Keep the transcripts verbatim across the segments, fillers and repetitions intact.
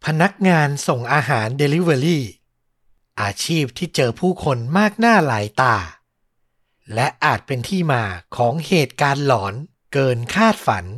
นักงานส่งอาหารเดลิเวอรี่อาชีพที่เจอผู้คนมากหน้าหลายตาและอาจเป็นที่มาของเหตุการณ์หลอนเกินคาดฝัน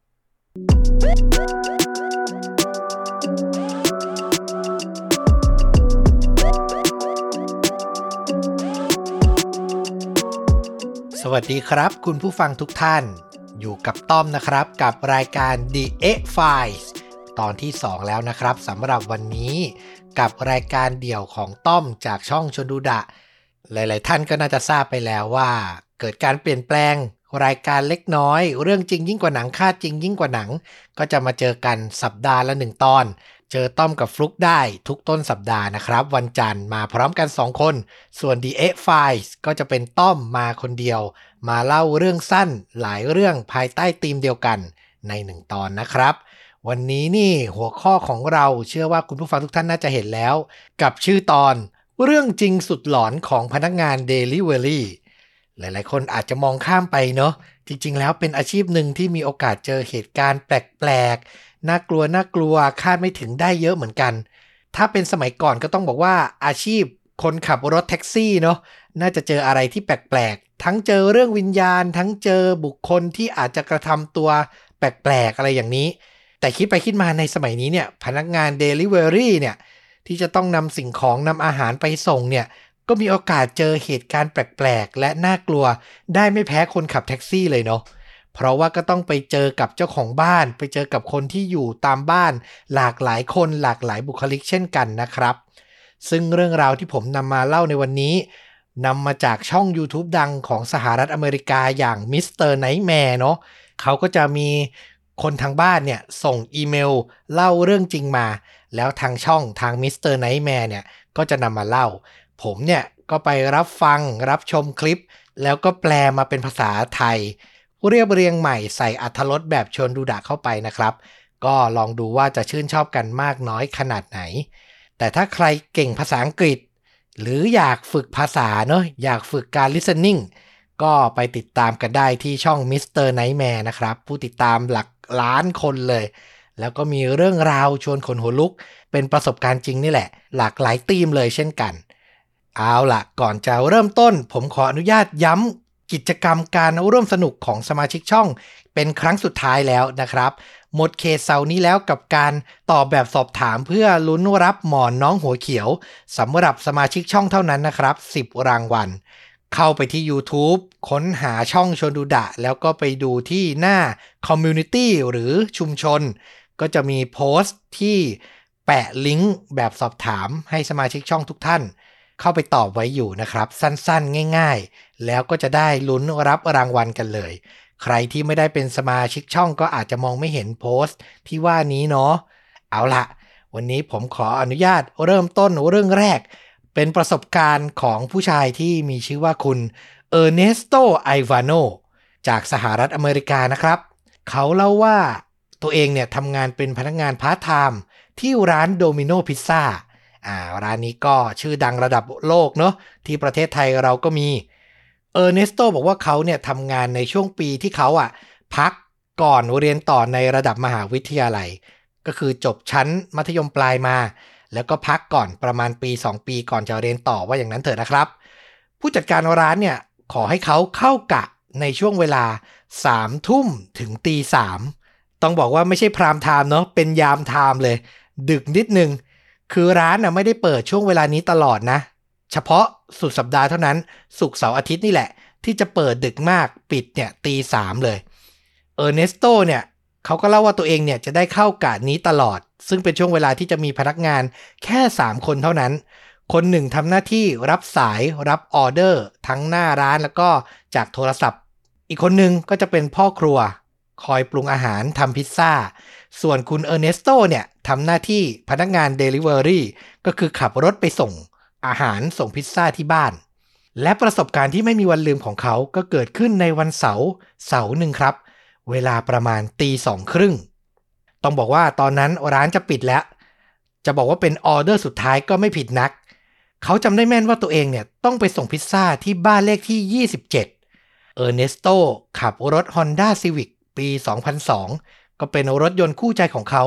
สวัสดีครับคุณผู้ฟังทุกท่านอยู่กับต้อมนะครับกับรายการ The X-Files ตอนที่สองแล้วนะครับสำหรับวันนี้กับรายการเดี่ยวของต้อมจากช่องชวนดูดะหลายๆท่านก็น่าจะทราบไปแล้วว่าเกิดการเปลี่ยนแปลงรายการเล็กน้อยเรื่องจริงยิ่งกว่าหนังคาดจริงยิ่งกว่าหนังก็จะมาเจอกันสัปดาห์ละหนึ่งตอนเจอต้อมกับฟลุกได้ทุกต้นสัปดาห์นะครับวันจันทร์มาพร้อมกันสองคนส่วน The X-Files ก็จะเป็นต้อมมาคนเดียวมาเล่าเรื่องสั้นหลายเรื่องภายใต้ธีมเดียวกันในหนึ่งตอนนะครับวันนี้นี่หัวข้อของเราเชื่อว่าคุณผู้ฟังทุกท่านน่าจะเห็นแล้วกับชื่อตอนเรื่องจริงสุดหลอนของพนักงาน Delivery หลายๆคนอาจจะมองข้ามไปเนาะจริงๆแล้วเป็นอาชีพหนึ่งที่มีโอกาสเจอเหตุการณ์แปลกๆน่ากลัวน่ากลัวคาดไม่ถึงได้เยอะเหมือนกันถ้าเป็นสมัยก่อนก็ต้องบอกว่าอาชีพคนขับรถแท็กซี่เนาะน่าจะเจออะไรที่แปลกๆทั้งเจอเรื่องวิญญาณทั้งเจอบุคคลที่อาจจะกระทำตัวแปลกๆอะไรอย่างนี้แต่คิดไปคิดมาในสมัยนี้เนี่ยพนักงาน Delivery เนี่ยที่จะต้องนำสิ่งของนำอาหารไปส่งเนี่ยก็มีโอกาสเจอเหตุการณ์แปลกๆและน่ากลัวได้ไม่แพ้คนขับแท็กซี่เลยเนาะเพราะว่าก็ต้องไปเจอกับเจ้าของบ้านไปเจอกับคนที่อยู่ตามบ้านหลากหลายคนหลากหลายบุคลิกเช่นกันนะครับซึ่งเรื่องราวที่ผมนำมาเล่าในวันนี้นำมาจากช่อง YouTube ดังของสหรัฐอเมริกาอย่างมิสเตอร์ไนท์แมร์เนาะเขาก็จะมีคนทางบ้านเนี่ยส่งอีเมลเล่าเรื่องจริงมาแล้วทางช่องทางมิสเตอร์ไนท์แมร์เนี่ยก็จะนำมาเล่าผมเนี่ยก็ไปรับฟังรับชมคลิปแล้วก็แปลมาเป็นภาษาไทยเรียบเรียงใหม่ใส่อรรถรสแบบชวนดูดะเข้าไปนะครับก็ลองดูว่าจะชื่นชอบกันมากน้อยขนาดไหนแต่ถ้าใครเก่งภาษาอังกฤษหรืออยากฝึกภาษาเนาะอยากฝึกการ listening ก็ไปติดตามกันได้ที่ช่อง มิสเตอร์ Nightmare นะครับผู้ติดตามหลักล้านคนเลยแล้วก็มีเรื่องราวชวนขนหัวลุกเป็นประสบการณ์จริงนี่แหละหลากหลายธีมเลยเช่นกันเอาล่ะก่อนจะเริ่มต้นผมขออนุญาตย้ำกิจกรรมการร่วมสนุกของสมาชิกช่องเป็นครั้งสุดท้ายแล้วนะครับหมดเขตเสาร์นี้แล้วกับการตอบแบบสอบถามเพื่อลุ้นรับหมอนน้องหัวเขียวสำหรับสมาชิกช่องเท่านั้นนะครับสิบรางวัลเข้าไปที่ YouTube ค้นหาช่องชวนดูดะแล้วก็ไปดูที่หน้า Community หรือชุมชนก็จะมีโพสต์ที่แปะลิงก์แบบสอบถามให้สมาชิกช่องทุกท่านเข้าไปตอบไว้อยู่นะครับสั้นๆง่ายๆแล้วก็จะได้ลุ้นรับรางวัลกันเลยใครที่ไม่ได้เป็นสมาชิกช่องก็อาจจะมองไม่เห็นโพสต์ที่ว่านี้เนาะเอาล่ะวันนี้ผมขออนุญาตเริ่มต้นเรื่องแรกเป็นประสบการณ์ของผู้ชายที่มีชื่อว่าคุณเออร์เนสโต ไอวาโนจากสหรัฐอเมริกานะครับเขาเล่าว่าตัวเองเนี่ยทำงานเป็นพนักงานพาร์ทไทม์ที่ร้านโดมิโนพิซซ่าอ่าร้านนี้ก็ชื่อดังระดับโลกเนาะที่ประเทศไทยเราก็มีเออร์เนสโตบอกว่าเขาเนี่ยทำงานในช่วงปีที่เขาอ่ะพักก่อนเรียนต่อในระดับมหาวิทยาลัยก็คือจบชั้นมัธยมปลายมาแล้วก็พักก่อนประมาณปีสองปีก่อนจะเรียนต่อว่าอย่างนั้นเถอะนะครับผู้จัดการร้านเนี่ยขอให้เขาเข้ากะในช่วงเวลาสามทุ่มถึงตีสามต้องบอกว่าไม่ใช่พรามไทม์เนาะเป็นยามไทม์เลยดึกนิดนึงคือร้านน่ะไม่ได้เปิดช่วงเวลานี้ตลอดนะเฉพาะสุดสัปดาห์เท่านั้นศุกร์เสาร์อาทิตย์นี่แหละที่จะเปิดดึกมากปิดเนี่ยตีสามเลยเออร์เนสโตเนี่ยเขาก็เล่าว่าตัวเองเนี่ยจะได้เข้ากะนี้ตลอดซึ่งเป็นช่วงเวลาที่จะมีพนักงานแค่สามคนเท่านั้นคนหนึ่งทำหน้าที่รับสายรับออเดอร์ทั้งหน้าร้านแล้วก็จากโทรศัพท์อีกคนหนึ่งก็จะเป็นพ่อครัวคอยปรุงอาหารทำพิซซ่าส่วนคุณเออร์เนสโตเนี่ยทำหน้าที่พนักงาน Delivery ก็คือขับรถไปส่งอาหารส่งพิซซ่าที่บ้านและประสบการณ์ที่ไม่มีวันลืมของเขาก็เกิดขึ้นในวันเสาร์เสาร์หนึ่งครับเวลาประมาณตีสองครึ่งต้องบอกว่าตอนนั้นร้านจะปิดแล้วจะบอกว่าเป็นออเดอร์สุดท้ายก็ไม่ผิดนักเขาจำได้แม่นว่าตัวเองเนี่ยต้องไปส่งพิซซ่าที่บ้านเลขที่ยี่สิบเจ็ดเออร์เนสโตขับรถ Honda Civic ปีสองพันสองก็เป็นรถยนต์คู่ใจของเขา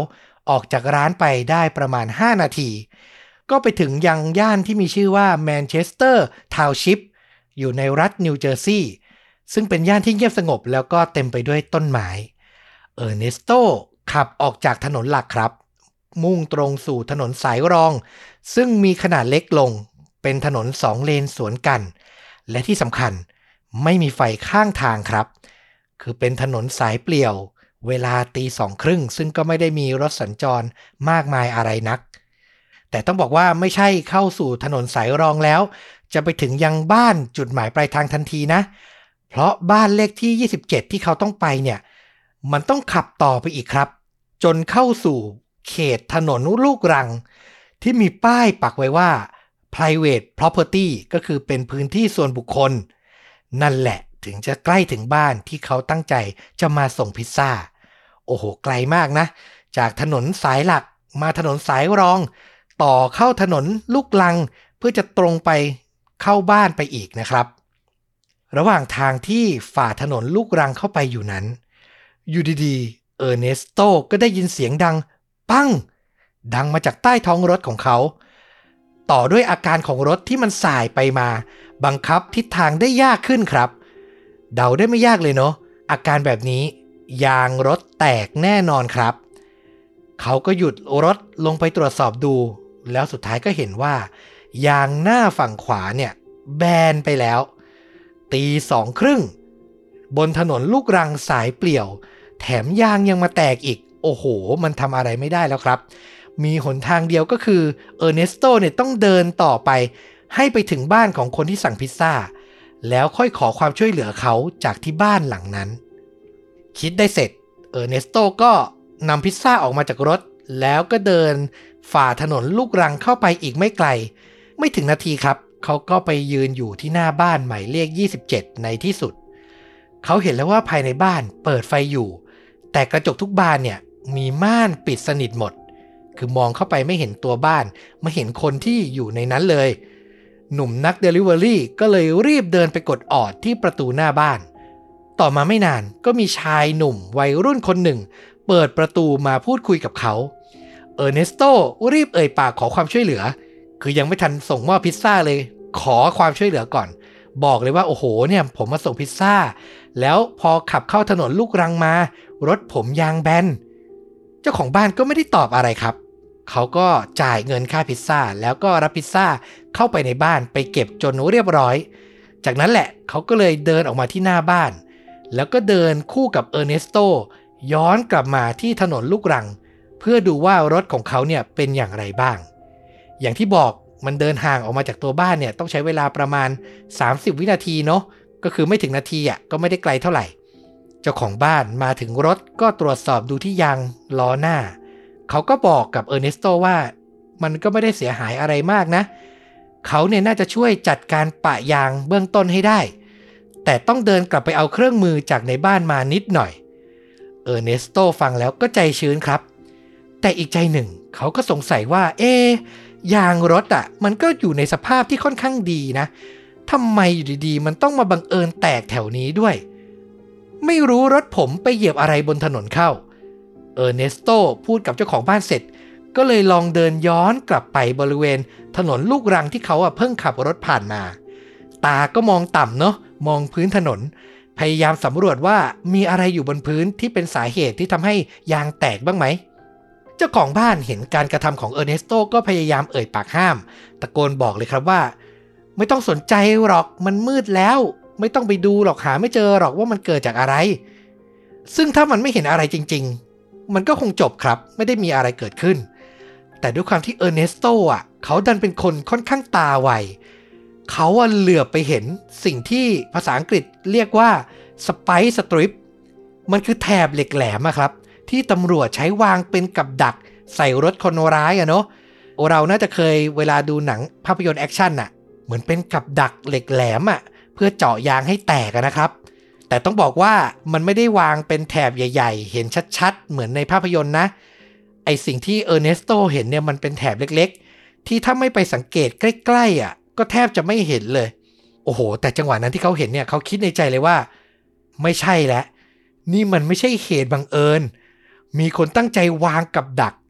ออกจากร้านไปได้ประมาณห้านาทีก็ไปถึงยังย่านที่มีชื่อว่าแมนเชสเตอร์ทาวน์ชิพอยู่ในรัฐนิวเจอร์ซีย์ซึ่งเป็นย่านที่เงียบสงบแล้วก็เต็มไปด้วยต้นไม้เออร์เนสโตขับออกจากถนนหลักครับมุ่งตรงสู่ถนนสายรองซึ่งมีขนาดเล็กลงเป็นถนนสองเลนสวนกันและที่สำคัญไม่มีไฟข้างทางครับคือเป็นถนนสายเปลี่ยวเวลาตีสองครึ่งซึ่งก็ไม่ได้มีรถสัญจรมากมายอะไรนักแต่ต้องบอกว่าไม่ใช่เข้าสู่ถนนสายรองแล้วจะไปถึงยังบ้านจุดหมายปลายทางทันทีนะเพราะบ้านเลขที่ยี่สิบเจ็ดที่เขาต้องไปเนี่ยมันต้องขับต่อไปอีกครับจนเข้าสู่เขตถนนลูกรังที่มีป้ายปักไว้ว่า private property ก็คือเป็นพื้นที่ส่วนบุคคลนั่นแหละถึงจะใกล้ถึงบ้านที่เขาตั้งใจจะมาส่งพิซซ่าโอ้โหไกลมากนะจากถนนสายหลักมาถนนสายรองต่อเข้าถนนลูกรังเพื่อจะตรงไปเข้าบ้านไปอีกนะครับระหว่างทางที่ฝ่าถนนลูกรังเข้าไปอยู่นั้นอยู่ดีๆเออร์เนสโตก็ได้ยินเสียงดังปังดังมาจากใต้ท้องรถของเขาต่อด้วยอาการของรถที่มันส่ายไปมาบังคับทิศทางได้ยากขึ้นครับเดาได้ไม่ยากเลยเนาะอาการแบบนี้ยางรถแตกแน่นอนครับเขาก็หยุดรถลงไปตรวจสอบดูแล้วสุดท้ายก็เห็นว่ายางหน้าฝั่งขวาเนี่ยแบนไปแล้วตีสองครึ่งบนถนนลูกรังสายเปลี่ยวแถมยางยังมาแตกอีกโอ้โหมันทำอะไรไม่ได้แล้วครับมีหนทางเดียวก็คือเออร์เนสโตเนี่ยต้องเดินต่อไปให้ไปถึงบ้านของคนที่สั่งพิซซ่าแล้วค่อยขอความช่วยเหลือเขาจากที่บ้านหลังนั้นคิดได้เสร็จเออร์เนสโตก็นำพิซซ่าออกมาจากรถแล้วก็เดินฝ่าถนนลูกรังเข้าไปอีกไม่ไกลไม่ถึงนาทีครับเขาก็ไปยืนอยู่ที่หน้าบ้านหมายเลขยี่สิบเจ็ดในที่สุดเขาเห็นแล้วว่าภายในบ้านเปิดไฟอยู่แต่กระจกทุกบานเนี่ยมีม่านปิดสนิทหมดคือมองเข้าไปไม่เห็นตัวบ้านไม่เห็นคนที่อยู่ในนั้นเลยหนุ่มนักเดลิเวอรี่ก็เลยรีบเดินไปกดออดที่ประตูหน้าบ้านต่อมาไม่นานก็มีชายหนุ่มวัยรุ่นคนหนึ่งเปิดประตูมาพูดคุยกับเขาเออร์เนสโตรีบเอ่ยปากขอความช่วยเหลือคือยังไม่ทันส่งมอบพิซซ่าเลยขอความช่วยเหลือก่อนบอกเลยว่าโอ้โหเนี่ยผมมาส่งพิซซ่าแล้วพอขับเข้าถนนลูกรังมารถผมยางแบนเจ้าของบ้านก็ไม่ได้ตอบอะไรครับเขาก็จ่ายเงินค่าพิซซ่าแล้วก็รับพิซซ่าเข้าไปในบ้านไปเก็บจนเรียบร้อยจากนั้นแหละเขาก็เลยเดินออกมาที่หน้าบ้านแล้วก็เดินคู่กับเออร์เนสโตย้อนกลับมาที่ถนนลูกรังเพื่อดูว่ารถของเขาเนี่ยเป็นอย่างไรบ้างอย่างที่บอกมันเดินห่างออกมาจากตัวบ้านเนี่ยต้องใช้เวลาประมาณสามสิบวินาทีเนาะก็คือไม่ถึงนาทีอ่ะก็ไม่ได้ไกลเท่าไหร่เจ้าของบ้านมาถึงรถก็ตรวจสอบดูที่ยางล้อหน้าเขาก็บอกกับเออร์เนสโตว่ามันก็ไม่ได้เสียหายอะไรมากนะเขาเนี่ยน่าจะช่วยจัดการปะยางเบื้องต้นให้ได้แต่ต้องเดินกลับไปเอาเครื่องมือจากในบ้านมานิดหน่อยเออร์เนสโตฟังแล้วก็ใจชื้นครับแต่อีกใจหนึ่งเขาก็สงสัยว่าเอ๊ยางรถอ่ะมันก็อยู่ในสภาพที่ค่อนข้างดีนะทำไมอยู่ดีๆมันต้องมาบังเอิญแตกแถวนี้ด้วยไม่รู้รถผมไปเหยียบอะไรบนถนนเข้าเออร์เนสโตพูดกับเจ้าของบ้านเสร็จก็เลยลองเดินย้อนกลับไปบริเวณถนนลูกรังที่เขาอ่ะเพิ่งขับรถผ่านมาตาก็มองต่ำเนาะมองพื้นถนนพยายามสำรวจว่ามีอะไรอยู่บนพื้นที่เป็นสาเหตุที่ทำให้ยางแตกบ้างไหมเจ้าของบ้านเห็นการกระทำของเออร์เนสโตก็พยายามเอ่ยปากห้ามตะโกนบอกเลยครับว่าไม่ต้องสนใจหรอกมันมืดแล้วไม่ต้องไปดูหรอกหาไม่เจอหรอกว่ามันเกิดจากอะไรซึ่งถ้ามันไม่เห็นอะไรจริงๆมันก็คงจบครับไม่ได้มีอะไรเกิดขึ้นแต่ด้วยความที่เออร์เนสโตอ่ะเขาดันเป็นคนค่อนข้างตาไวเขาเหลือบไปเห็นสิ่งที่ภาษาอังกฤษเรียกว่าสไปซ์สตริปมันคือแถบเหล็กแหลมอะครับที่ตำรวจใช้วางเป็นกับดักใส่รถคนร้ายอะเนาะเราน่าจะเคยเวลาดูหนังภาพยนตร์แอคชั่นอะเหมือนเป็นกับดักเหล็กแหลมอะเพื่อเจาะยางให้แตกนะครับแต่ต้องบอกว่ามันไม่ได้วางเป็นแถบใหญ่ๆเห็นชัดๆเหมือนในภาพยนตร์นะไอสิ่งที่เออร์เนสโตเห็นเนี่ยมันเป็นแถบเล็กๆที่ถ้าไม่ไปสังเกตใกล้ๆอะก็แทบจะไม่เห็นเลยโอ้โหแต่จังหวะนั้นที่เขาเห็นเนี่ยเขาคิดในใจเลยว่าไม่ใช่แล้วนี่มันไม่ใช่เหตุบังเอิญมีคนตั้งใจวางกับดัก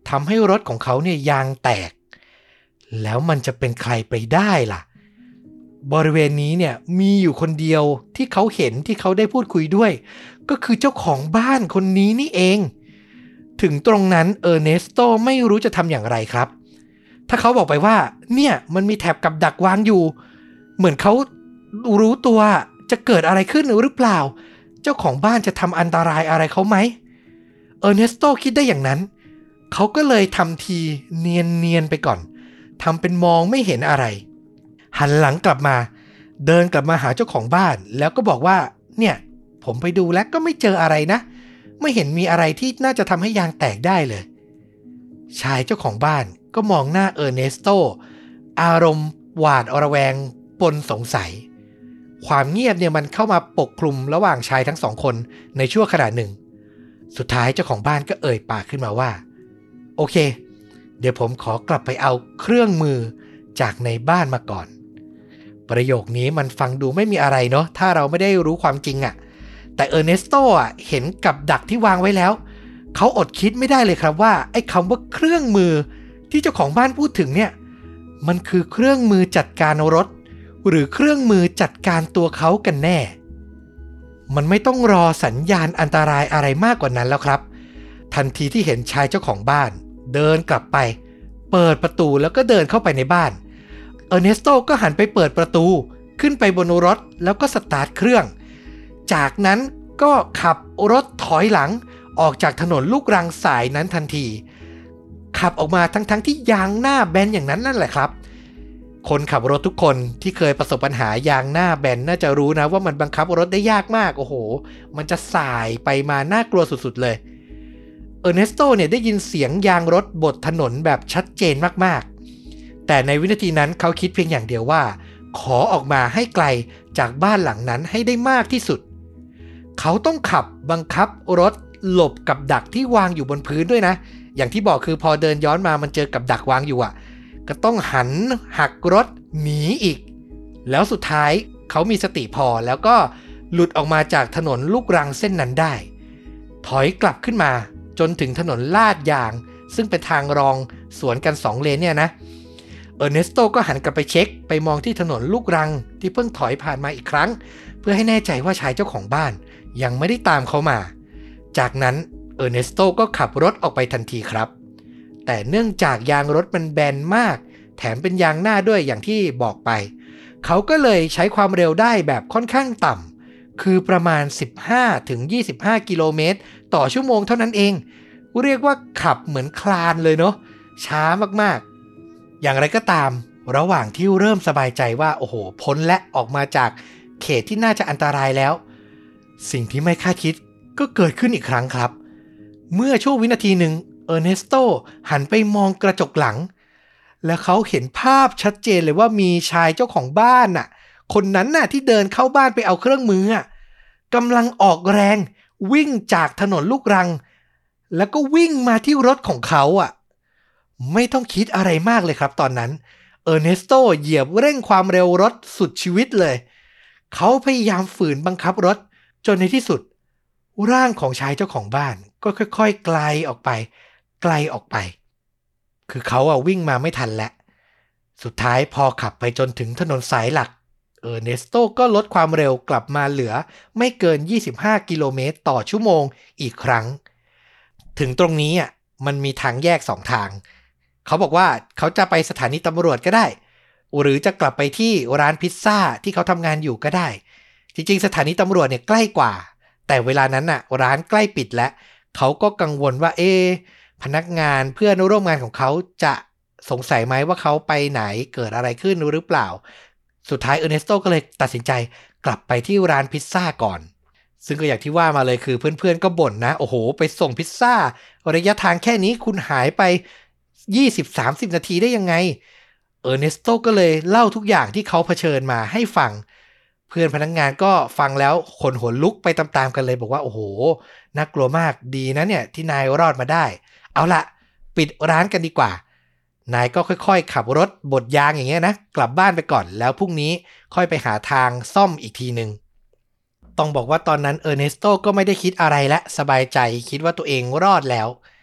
ทำให้รถของเขาเนี่ยยางแตกแล้วมันจะเป็นใครไปได้ล่ะบริเวณนี้เนี่ยมีอยู่คนเดียวที่เขาเห็นที่เขาได้พูดคุยด้วยก็คือเจ้าของบ้านคนนี้นี่เองถึงตรงนั้นเออร์เนสโตไม่รู้จะทำอย่างไรครับถ้าเขาบอกไปว่าเนี่ยมันมีแถบกับดักวางอยู่เหมือนเขารู้ตัวจะเกิดอะไรขึ้นหรือเปล่าเจ้าของบ้านจะทำอันตรายอะไรเขาไหมเออร์เนสโตคิดได้อย่างนั้นเขาก็เลยทำทีเนียนๆไปก่อนทำเป็นมองไม่เห็นอะไรหันหลังกลับมาเดินกลับมาหาเจ้าของบ้านแล้วก็บอกว่าเนี่ยผมไปดูแล้วก็ไม่เจออะไรนะไม่เห็นมีอะไรที่น่าจะทำให้ยางแตกได้เลยชายเจ้าของบ้านก็มองหน้าเออร์เนสโตอารมณ์หวาดระแวงปนสงสัยความเงียบเนี่ยมันเข้ามาปกคลุมระหว่างชายทั้งสองคนในชั่วขณะหนึ่งสุดท้ายเจ้าของบ้านก็เอ่ยปากขึ้นมาว่าโอเคเดี๋ยวผมขอกลับไปเอาเครื่องมือจากในบ้านมาก่อนประโยคนี้มันฟังดูไม่มีอะไรเนาะถ้าเราไม่ได้รู้ความจริงอะแต่เออร์เนสโตอ่ะเห็นกับดักที่วางไว้แล้วเขาอดคิดไม่ได้เลยครับว่าไอ้คำว่าเครื่องมือที่เจ้าของบ้านพูดถึงเนี่ยมันคือเครื่องมือจัดการรถหรือเครื่องมือจัดการตัวเขากันแน่มันไม่ต้องรอสัญญาณอันตรายอะไรมากกว่านั้นแล้วครับทันทีที่เห็นชายเจ้าของบ้านเดินกลับไปเปิดประตูแล้วก็เดินเข้าไปในบ้านเออร์เนสโตก็หันไปเปิดประตูขึ้นไปบนรถแล้วก็สตาร์ทเครื่องจากนั้นก็ขับรถถอยหลังออกจากถนนลูกรังสายนั้นทันทีขับออกมาทั้งๆ ท, ที่ยางหน้าแบนอย่างนั้นนั่นแหละครับคนขับรถทุกคนที่เคยประสบปัญหายางหน้าแบนน่าจะรู้นะว่ามันบังคับรถได้ยากมากโอ้โหมันจะสายไปมาน่ากลัวสุดๆเลยเออร์เนสโตเนี่ยได้ยินเสียงยางรถบดถนนแบบชัดเจนมากๆแต่ในวินาทีนั้นเขาคิดเพียงอย่างเดียวว่าขอออกมาให้ไกลจากบ้านหลังนั้นให้ได้มากที่สุดเขาต้องขับบังคับรถหลบกับดักที่วางอยู่บนพื้นด้วยนะอย่างที่บอกคือพอเดินย้อนมามันเจอกับดักวางอยู่อ่ะก็ต้องหันหักรถหนีอีกแล้วสุดท้ายเขามีสติพอแล้วก็หลุดออกมาจากถนนลูกรังเส้นนั้นได้ถอยกลับขึ้นมาจนถึงถนนลาดยางซึ่งเป็นทางรองสวนกันสองเลนเนี่ยนะเออร์เนสโตก็หันกลับไปเช็คไปมองที่ถนนลูกรังที่เพิ่งถอยผ่านมาอีกครั้งเพื่อให้แน่ใจว่าชายเจ้าของบ้านยังไม่ได้ตามเขามาจากนั้นเออร์เนสโตก็ขับรถออกไปทันทีครับแต่เนื่องจากยางรถมันแบนมากแถมเป็นยางหน้าด้วยอย่างที่บอกไปเขาก็เลยใช้ความเร็วได้แบบค่อนข้างต่ำคือประมาณ สิบห้าถึงยี่สิบห้า กิโลเมตรต่อชั่วโมงเท่านั้นเองเรียกว่าขับเหมือนคลานเลยเนาะช้ามากๆอย่างไรก็ตามระหว่างที่เริ่มสบายใจว่าโอ้โหพ้นและออกมาจากเขตที่น่าจะอันตรายแล้วสิ่งที่ไม่คาดคิดก็เกิดขึ้นอีกครั้งครับเมื่อช่วงวินาทีหนึ่งเออร์เนสโตหันไปมองกระจกหลังและเขาเห็นภาพชัดเจนเลยว่ามีชายเจ้าของบ้านน่ะคนนั้นน่ะที่เดินเข้าบ้านไปเอาเครื่องมืออ่ะกำลังออกแรงวิ่งจากถนนลูกรังแล้วก็วิ่งมาที่รถของเขาอ่ะไม่ต้องคิดอะไรมากเลยครับตอนนั้นเออร์เนสโตเหยียบเร่งความเร็วรถสุดชีวิตเลยเขาพยายามฝืนบังคับรถจนในที่สุดร่างของชายเจ้าของบ้านก็ค่อยๆไกลออกไปไกลออกไปคือเขาอะวิ่งมาไม่ทันแล้วสุดท้ายพอขับไปจนถึงถนนสายหลักเออร์เนสโตก็ลดความเร็วกลับมาเหลือไม่เกินยี่สิบห้ากิโลเมตรต่อชั่วโมงอีกครั้งถึงตรงนี้อ่ะมันมีทางแยกสองทางเขาบอกว่าเขาจะไปสถานีตำรวจก็ได้หรือจะกลับไปที่ร้านพิซซ่าที่เขาทำงานอยู่ก็ได้จริงๆสถานีตำรวจเนี่ยใกล้กว่าแต่เวลานั้นน่ะร้านใกล้ปิดแล้วเขาก็กังวลว่าเอ๊ะพนักงานเพื่อนร่วมงานของเขาจะสงสัยไหมว่าเขาไปไหนเกิดอะไรขึ้นหรือเปล่าสุดท้ายเออร์เนสโตก็เลยตัดสินใจกลับไปที่ร้านพิซซ่าก่อนซึ่งก็อย่างที่ว่ามาเลยคือเพื่อนๆก็บ่นนะโอ้โหไปส่งพิซซ่าระยะทางแค่นี้คุณหายไป ยี่สิบถึงสามสิบ นาทีได้ยังไงเออร์เนสโตก็เลยเล่าทุกอย่างที่เขาเผชิญมาให้ฟังเพื่อนพนักงานก็ฟังแล้วขนหัวลุกไปตามๆกันเลยบอกว่าโอ้โหน่ากลัวมากดีนะเนี่ยที่นายรอดมาได้เอาละปิดร้านกันดีกว่านายก็ค่อยๆขับรถบดยางอย่างเงี้ยนะกลับบ้านไปก่อนแล้วพรุ่งนี้ค่อยไปหาทางซ่อมอีกทีนึงต้องบอกว่าตอนนั้นเออร์เนสโตก็ไม่ได้คิดอะไรและสบายใจคิดว่าตัวเองรอดแล้ว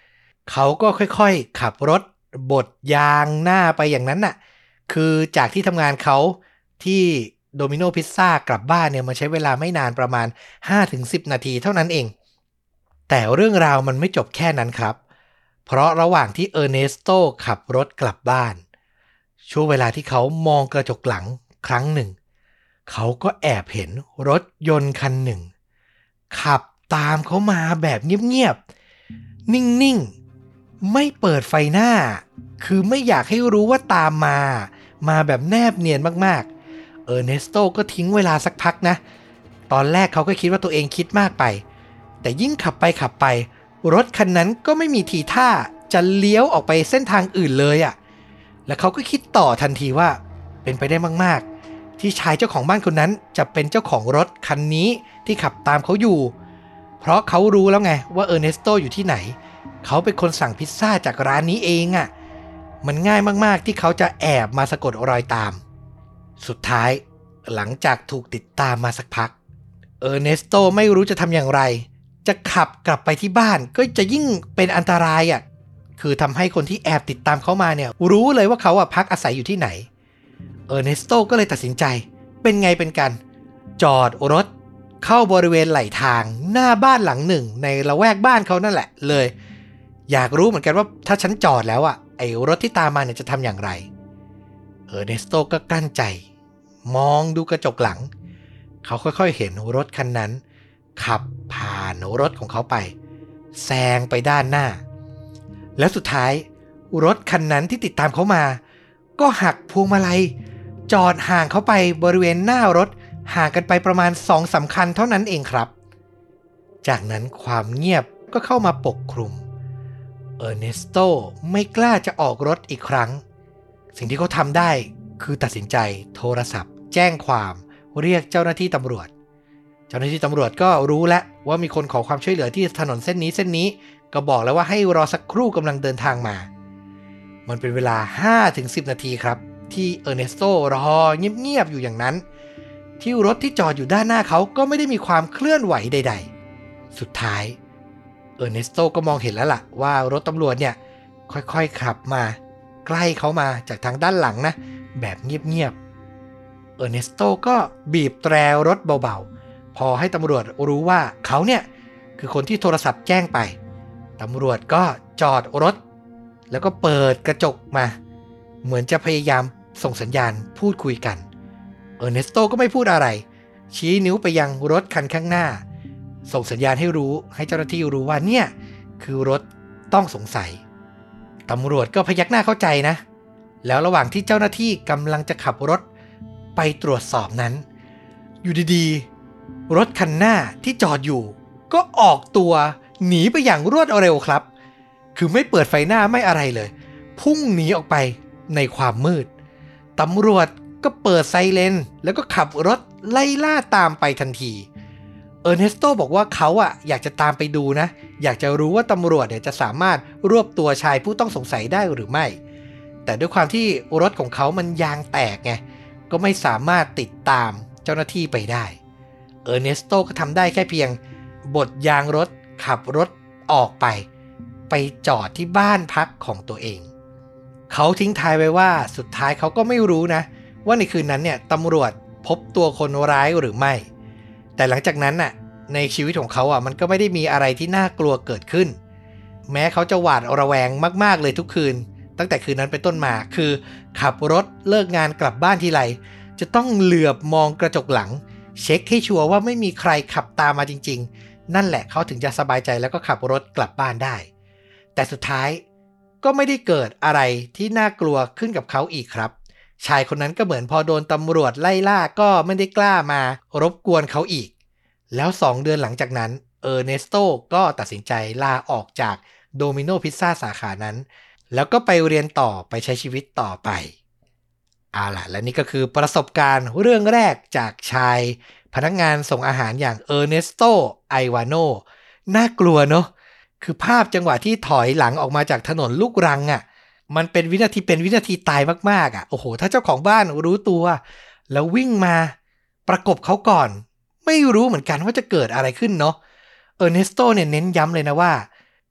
เขาก็ค่อยๆขับรถบดยางหน้าไปอย่างนั้นน่ะคือจากที่ทำงานเขาที่โดมิโนพิซซ่ากลับบ้านเนี่ยมันใช้เวลาไม่นานประมาณ ห้าถึงสิบ นาทีเท่านั้นเองแต่เรื่องราวมันไม่จบแค่นั้นครับเพราะระหว่างที่เออร์เนสโตขับรถกลับบ้านช่วงเวลาที่เขามองกระจกหลังครั้งหนึ่งเขาก็แอบเห็นรถยนต์คันหนึ่งขับตามเขามาแบบเงียบๆนิ่งๆไม่เปิดไฟหน้าคือไม่อยากให้รู้ว่าตามมามาแบบแนบเนียนมากๆเออร์เนสโตก็ทิ้งเวลาสักพักนะตอนแรกเขาก็คิดว่าตัวเองคิดมากไปแต่ยิ่งขับไปขับไปรถคันนั้นก็ไม่มีทีท่าจะเลี้ยวออกไปเส้นทางอื่นเลยอ่ะแล้วเขาก็คิดต่อทันทีว่าเป็นไปได้มากๆที่ชายเจ้าของบ้านคนนั้นจะเป็นเจ้าของรถคันนี้ที่ขับตามเขาอยู่เพราะเขารู้แล้วไงว่าเออร์เนสโตอยู่ที่ไหนเขาเป็นคนสั่งพิซซ่าจากร้านนี้เองอ่ะมันง่ายมากๆที่เขาจะแอบมาสะกดรอยตามสุดท้ายหลังจากถูกติดตามมาสักพักเออร์เนสโตไม่รู้จะทำอย่างไรจะขับกลับไปที่บ้านก็จะยิ่งเป็นอันตรายอ่ะคือทำให้คนที่แอบติดตามเขามาเนี่ยรู้เลยว่าเขาอ่ะพักอาศัยอยู่ที่ไหนเออร์เนสโตก็เลยตัดสินใจเป็นไงเป็นกันจอดรถเข้าบริเวณไหลทางหน้าบ้านหลังหนึ่งในละแวกบ้านเขานั่นแหละเลยอยากรู้เหมือนกันว่าถ้าฉันจอดแล้วอ่ะไอ้รถที่ตามมาเนี่ยจะทำอย่างไรเออร์เนสโตก็กลั้นใจมองดูกระจกหลังเขาค่อยๆเห็นรถคันนั้นขับผ่านรถของเขาไปแซงไปด้านหน้าแล้วสุดท้ายรถคันนั้นที่ติดตามเขามาก็หักพวงมาลัยจอดห่างเขาไปบริเวณหน้ารถห่างกันไปประมาณ สองถึงสาม คันเท่านั้นเองครับจากนั้นความเงียบก็เข้ามาปกคลุมเออร์เนสโตไม่กล้าจะออกรถอีกครั้งสิ่งที่เขาทำได้คือตัดสินใจโทรศัพท์แจ้งความเรียกเจ้าหน้าที่ตำรวจเจ้าหน้าที่ตำรวจก็รู้แล้วว่ามีคนขอความช่วยเหลือที่ถนนเส้นนี้เส้นนี้ก็บอกแล้วว่าให้รอสักครู่กำลังเดินทางมามันเป็นเวลา ห้าถึงสิบ นาทีครับที่เออร์เนสโตรอเงียบๆอยู่อย่างนั้นที่รถที่จอดอยู่ด้านหน้าเขาก็ไม่ได้มีความเคลื่อนไหวใดๆสุดท้ายเออร์เนสโตก็มองเห็นแล้วล่ะว่ารถตำรวจเนี่ยค่อยๆขับมาใกล้เขามาจากทางด้านหลังนะแบบเงียบๆเออร์เนสโตก็บีบแตรรถเบาๆพอให้ตำรวจรู้ว่าเขาเนี่ยคือคนที่โทรศัพท์แจ้งไปตำรวจก็จอดรถแล้วก็เปิดกระจกมาเหมือนจะพยายามส่งสัญญาณพูดคุยกันเออร์เนสโตก็ไม่พูดอะไรชี้นิ้วไปยังรถคันข้างหน้าส่งสัญญาณให้รู้ให้เจ้าหน้าที่รู้ว่าเนี่ยคือรถต้องสงสัยตำรวจก็พยักหน้าเข้าใจนะแล้วระหว่างที่เจ้าหน้าที่กำลังจะขับรถไปตรวจสอบนั้นอยู่ดีๆรถคันหน้าที่จอดอยู่ก็ออกตัวหนีไปอย่างรวดเร็วครับคือไม่เปิดไฟหน้าไม่อะไรเลยพุ่งหนีออกไปในความมืดตำรวจก็เปิดไซเรนแล้วก็ขับรถไล่ล่าตามไปทันทีเออร์เนสโตบอกว่าเขาอ่ะอยากจะตามไปดูนะอยากจะรู้ว่าตำรวจเนี่ยจะสามารถรวบตัวชายผู้ต้องสงสัยได้หรือไม่แต่ด้วยความที่รถของเขามันยางแตกไงก็ไม่สามารถติดตามเจ้าหน้าที่ไปได้เออร์เนสโตก็ทำได้แค่เพียงบดยางรถขับรถออกไปไปจอดที่บ้านพักของตัวเองเขาทิ้งท้ายไว้ว่าสุดท้ายเขาก็ไม่รู้นะว่าในคืนนั้นเนี่ยตำรวจพบตัวคนร้ายหรือไม่แต่หลังจากนั้นน่ะในชีวิตของเขาอ่ะมันก็ไม่ได้มีอะไรที่น่ากลัวเกิดขึ้นแม้เขาจะหวาดระแวงมากๆเลยทุกคืนตั้งแต่คืนนั้นเป็นต้นมาคือขับรถเลิกงานกลับบ้านทีไรจะต้องเหลือบมองกระจกหลังเช็คให้ชัวร์ว่าไม่มีใครขับตามมาจริงๆนั่นแหละเขาถึงจะสบายใจแล้วก็ขับรถกลับบ้านได้แต่สุดท้ายก็ไม่ได้เกิดอะไรที่น่ากลัวขึ้นกับเขาอีกครับชายคนนั้นก็เหมือนพอโดนตำรวจไล่ล่าก็ไม่ได้กล้ามารบกวนเขาอีกแล้วสองเดือนหลังจากนั้นเออร์เนสโตก็ตัดสินใจลาออกจากโดมิโนพิซซ่าสาขานั้นแล้วก็ไปเรียนต่อไปใช้ชีวิตต่อไปเอาล่ะและนี่ก็คือประสบการณ์เรื่องแรกจากชายพนักงานส่งอาหารอย่างเออร์เนสโตไอวาโนน่ากลัวเนาะคือภาพจังหวะที่ถอยหลังออกมาจากถนนลูกรังอ่ะมันเป็นวินาทีเป็นวินาทีตายมากๆอ่ะโอ้โหถ้าเจ้าของบ้านรู้ตัวแล้ววิ่งมาประกบเขาก่อนไม่รู้เหมือนกันว่าจะเกิดอะไรขึ้นเนาะเออร์เนสโตเนี่ยเน้นย้ำเลยนะว่า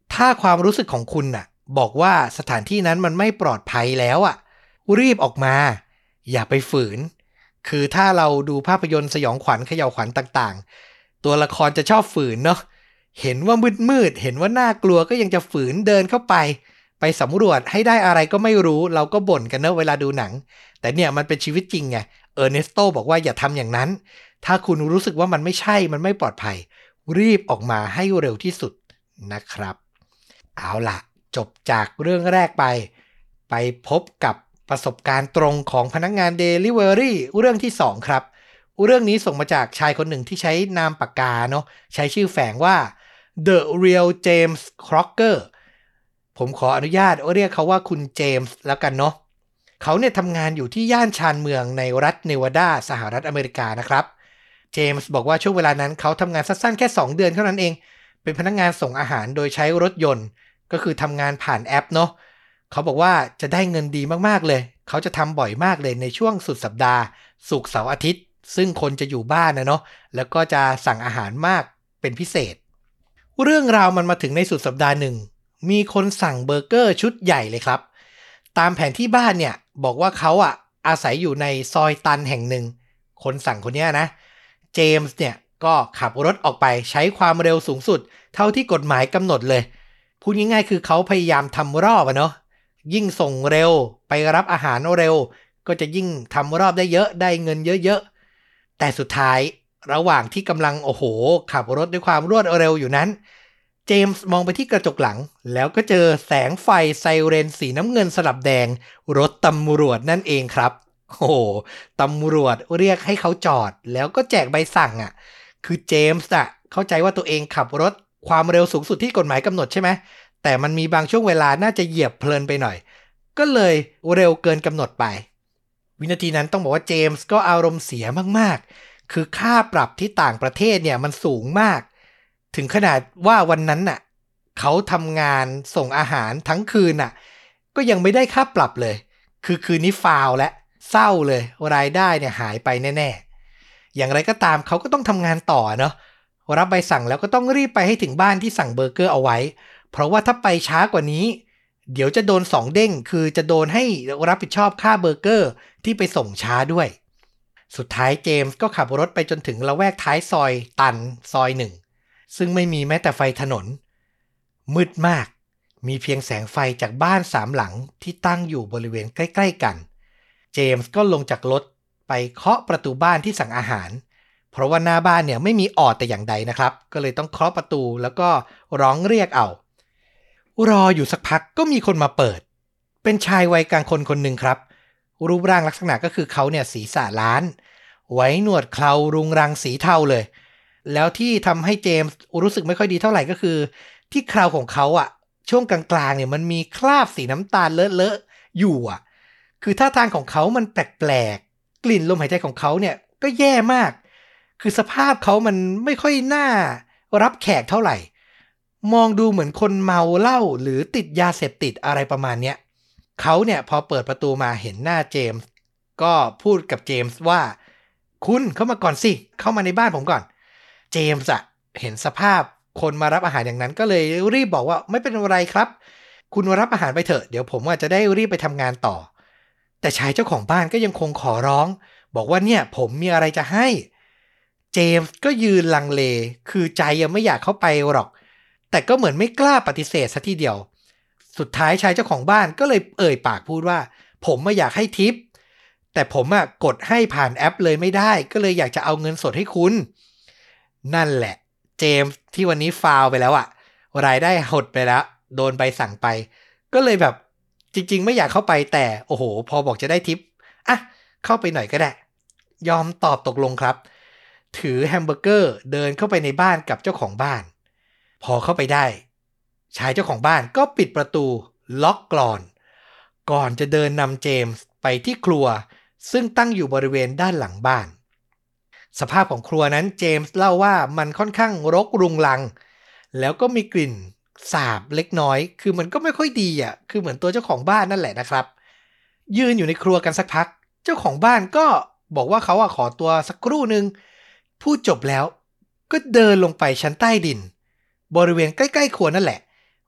ถ้าความรู้สึกของคุณน่ะบอกว่าสถานที่นั้นมันไม่ปลอดภัยแล้วอ่ะรีบออกมาอย่าไปฝืนคือถ้าเราดูภาพยนตร์สยองขวัญเขย่าวขวัญต่างๆตัวละครจะชอบฝืนเนาะเห็นว่ามืดๆเห็นว่าน่ากลัวก็ยังจะฝืนเดินเข้าไปไปสำรวจให้ได้อะไรก็ไม่รู้เราก็บ่นกันเนอะเวลาดูหนังแต่เนี่ยมันเป็นชีวิตจริงไงเออร์เนสโตบอกว่าอย่าทำอย่างนั้นถ้าคุณรู้สึกว่ามันไม่ใช่มันไม่ปลอดภัยรีบออกมาให้เร็วที่สุดนะครับเอาล่ะจบจากเรื่องแรกไปไปพบกับประสบการณ์ตรงของพนักงาน Delivery เรื่องที่สองครับเรื่องนี้ส่งมาจากชายคนหนึ่งที่ใช้นามปากกาเนาะใช้ชื่อแฝงว่า The Real James Crocker ผมขออนุญาตเรียกเขาว่าคุณเจมส์แล้วกันเนาะเขาเนี่ยทำงานอยู่ที่ย่านชานเมืองในรัฐเนวาดาสหรัฐอเมริกานะครับเจมส์บอกว่าช่วงเวลานั้นเขาทำงานสั้นๆแค่สองเดือนเท่านั้นเองเป็นพนักงานส่งอาหารโดยใช้รถยนต์ก็คือทำงานผ่านแอปเนาะเขาบอกว่าจะได้เงินดีมากๆเลยเขาจะทำบ่อยมากเลยในช่วงสุดสัปดาห์ศุกร์เสาร์อาทิตย์ซึ่งคนจะอยู่บ้านนะเนาะแล้วก็จะสั่งอาหารมากเป็นพิเศษเรื่องราวมันมาถึงในสุดสัปดาห์หนึ่งมีคนสั่งเบอร์เกอร์ชุดใหญ่เลยครับตามแผนที่บ้านเนี่ยบอกว่าเขาอ่ะอาศัยอยู่ในซอยตันแห่งหนึ่งคนสั่งคนนี้นะเจมส์เนี่ยก็ขับรถออกไปใช้ความเร็วสูงสุดเท่าที่กฎหมายกำหนดเลยพูดง่ายๆคือเขาพยายามทำรอบอะเนาะยิ่งส่งเร็วไปรับอาหารเร็วก็จะยิ่งทำรอบได้เยอะได้เงินเยอะๆแต่สุดท้ายระหว่างที่กำลังโอ้โหขับรถด้วยความรวดเร็วอยู่นั้นเจมส์มองไปที่กระจกหลังแล้วก็เจอแสงไฟไซเรนสีน้ำเงินสลับแดงรถตำรวจนั่นเองครับโอ้โหตำรวจเรียกให้เขาจอดแล้วก็แจกใบสั่งอ่ะคือเจมส์อ่ะเข้าใจว่าตัวเองขับรถความเร็วสูงสุดที่กฎหมายกำหนดใช่ไหมแต่มันมีบางช่วงเวลาน่าจะเหยียบเพลินไปหน่อยก็เลยเร็วเกินกำหนดไปวินาทีนั้นต้องบอกว่าเจมส์ก็อารมณ์เสียมากๆคือค่าปรับที่ต่างประเทศเนี่ยมันสูงมากถึงขนาดว่าวันนั้นน่ะเขาทำงานส่งอาหารทั้งคืนน่ะก็ยังไม่ได้ค่าปรับเลยคือคืนนี้ฟาวและเศร้าเลยรายได้เนี่ยหายไปแน่ๆอย่างไรก็ตามเขาก็ต้องทำงานต่อเนาะรับใบสั่งแล้วก็ต้องรีบไปให้ถึงบ้านที่สั่งเบอร์เกอร์เอาไว้เพราะว่าถ้าไปช้ากว่านี้เดี๋ยวจะโดนสองเด้งคือจะโดนให้รับผิดชอบค่าเบอร์เกอร์ที่ไปส่งช้าด้วยสุดท้ายเจมส์ก็ขับรถไปจนถึงละแวกท้ายซอยตันซอยหนึ่งซึ่งไม่มีแม้แต่ไฟถนนมืดมากมีเพียงแสงไฟจากบ้านสามหลังที่ตั้งอยู่บริเวณใกล้ๆกันเจมส์ก็ลงจากรถไปเคาะประตูบ้านที่สั่งอาหารเพราะว่าหน้าบ้านเนี่ยไม่มีออดแต่อย่างใดนะครับก็เลยต้องเคาะประตูแล้วก็ร้องเรียกเอารออยู่สักพักก็มีคนมาเปิดเป็นชายวัยกลางคนคนหนึ่งครับรูปร่างลักษณะก็คือเขาเนี่ยศีรษะล้านไว้หนวดเครารุงรังสีเทาเลยแล้วที่ทำให้เจมส์รู้สึกไม่ค่อยดีเท่าไหร่ก็คือที่เคราของเขาอ่ะช่วงกลางๆเนี่ยมันมีคราบสีน้ำตาลเลอะๆอยู่อ่ะคือท่าทางของเขามันแปลกๆกลิ่นลมหายใจของเขาเนี่ยก็แย่มากคือสภาพเขามันไม่ค่อยน่ารับแขกเท่าไหร่มองดูเหมือนคนเมาเหล้าหรือติดยาเสพติดอะไรประมาณเนี้ยเขาเนี่ยพอเปิดประตูมาเห็นหน้าเจมส์ก็พูดกับเจมส์ว่าคุณเข้ามาก่อนสิเข้ามาในบ้านผมก่อนเจมส์อะเห็นสภาพคนมารับอาหารอย่างนั้นก็เลยรีบบอกว่าไม่เป็นไรครับคุณมารับอาหารไปเถอะเดี๋ยวผมอาจจะได้รีบไปทำงานต่อแต่ชายเจ้าของบ้านก็ยังคงขอร้องบอกว่าเนี่ยผมมีอะไรจะให้เจมส์ก็ยืนลังเลคือใจยังไม่อยากเข้าไปหรอกแต่ก็เหมือนไม่กล้าปฏิเสธซะทีเดียวสุดท้ายชายเจ้าของบ้านก็เลยเอ่ยปากพูดว่าผมไม่อยากให้ทิปแต่ผมอะกดให้ผ่านแอปเลยไม่ได้ก็เลยอยากจะเอาเงินสดให้คุณนั่นแหละเจมส์ที่วันนี้ฟาวไปแล้วอะรายได้หดไปแล้วโดนใบสั่งไปก็เลยแบบจริงๆไม่อยากเข้าไปแต่โอ้โหพอบอกจะได้ทิปอ่ะเข้าไปหน่อยก็ได้ยอมตอบตกลงครับถือแฮมเบอร์เกอร์เดินเข้าไปในบ้านกับเจ้าของบ้านพอเข้าไปได้ชายเจ้าของบ้านก็ปิดประตูล็อกกลอนก่อนจะเดินนำเจมส์ไปที่ครัวซึ่งตั้งอยู่บริเวณด้านหลังบ้านสภาพของครัวนั้นเจมส์เล่าว่ามันค่อนข้างรกรุงรังแล้วก็มีกลิ่นสาบเล็กน้อยคือมันก็ไม่ค่อยดีอ่ะคือเหมือนตัวเจ้าของบ้านนั่นแหละนะครับยืนอยู่ในครัวกันสักพักเจ้าของบ้านก็บอกว่าเขาอ่ะขอตัวสักครู่หนึ่งพูดจบแล้วก็เดินลงไปชั้นใต้ดินบริเวณใกล้ๆครัวนั่นแหละ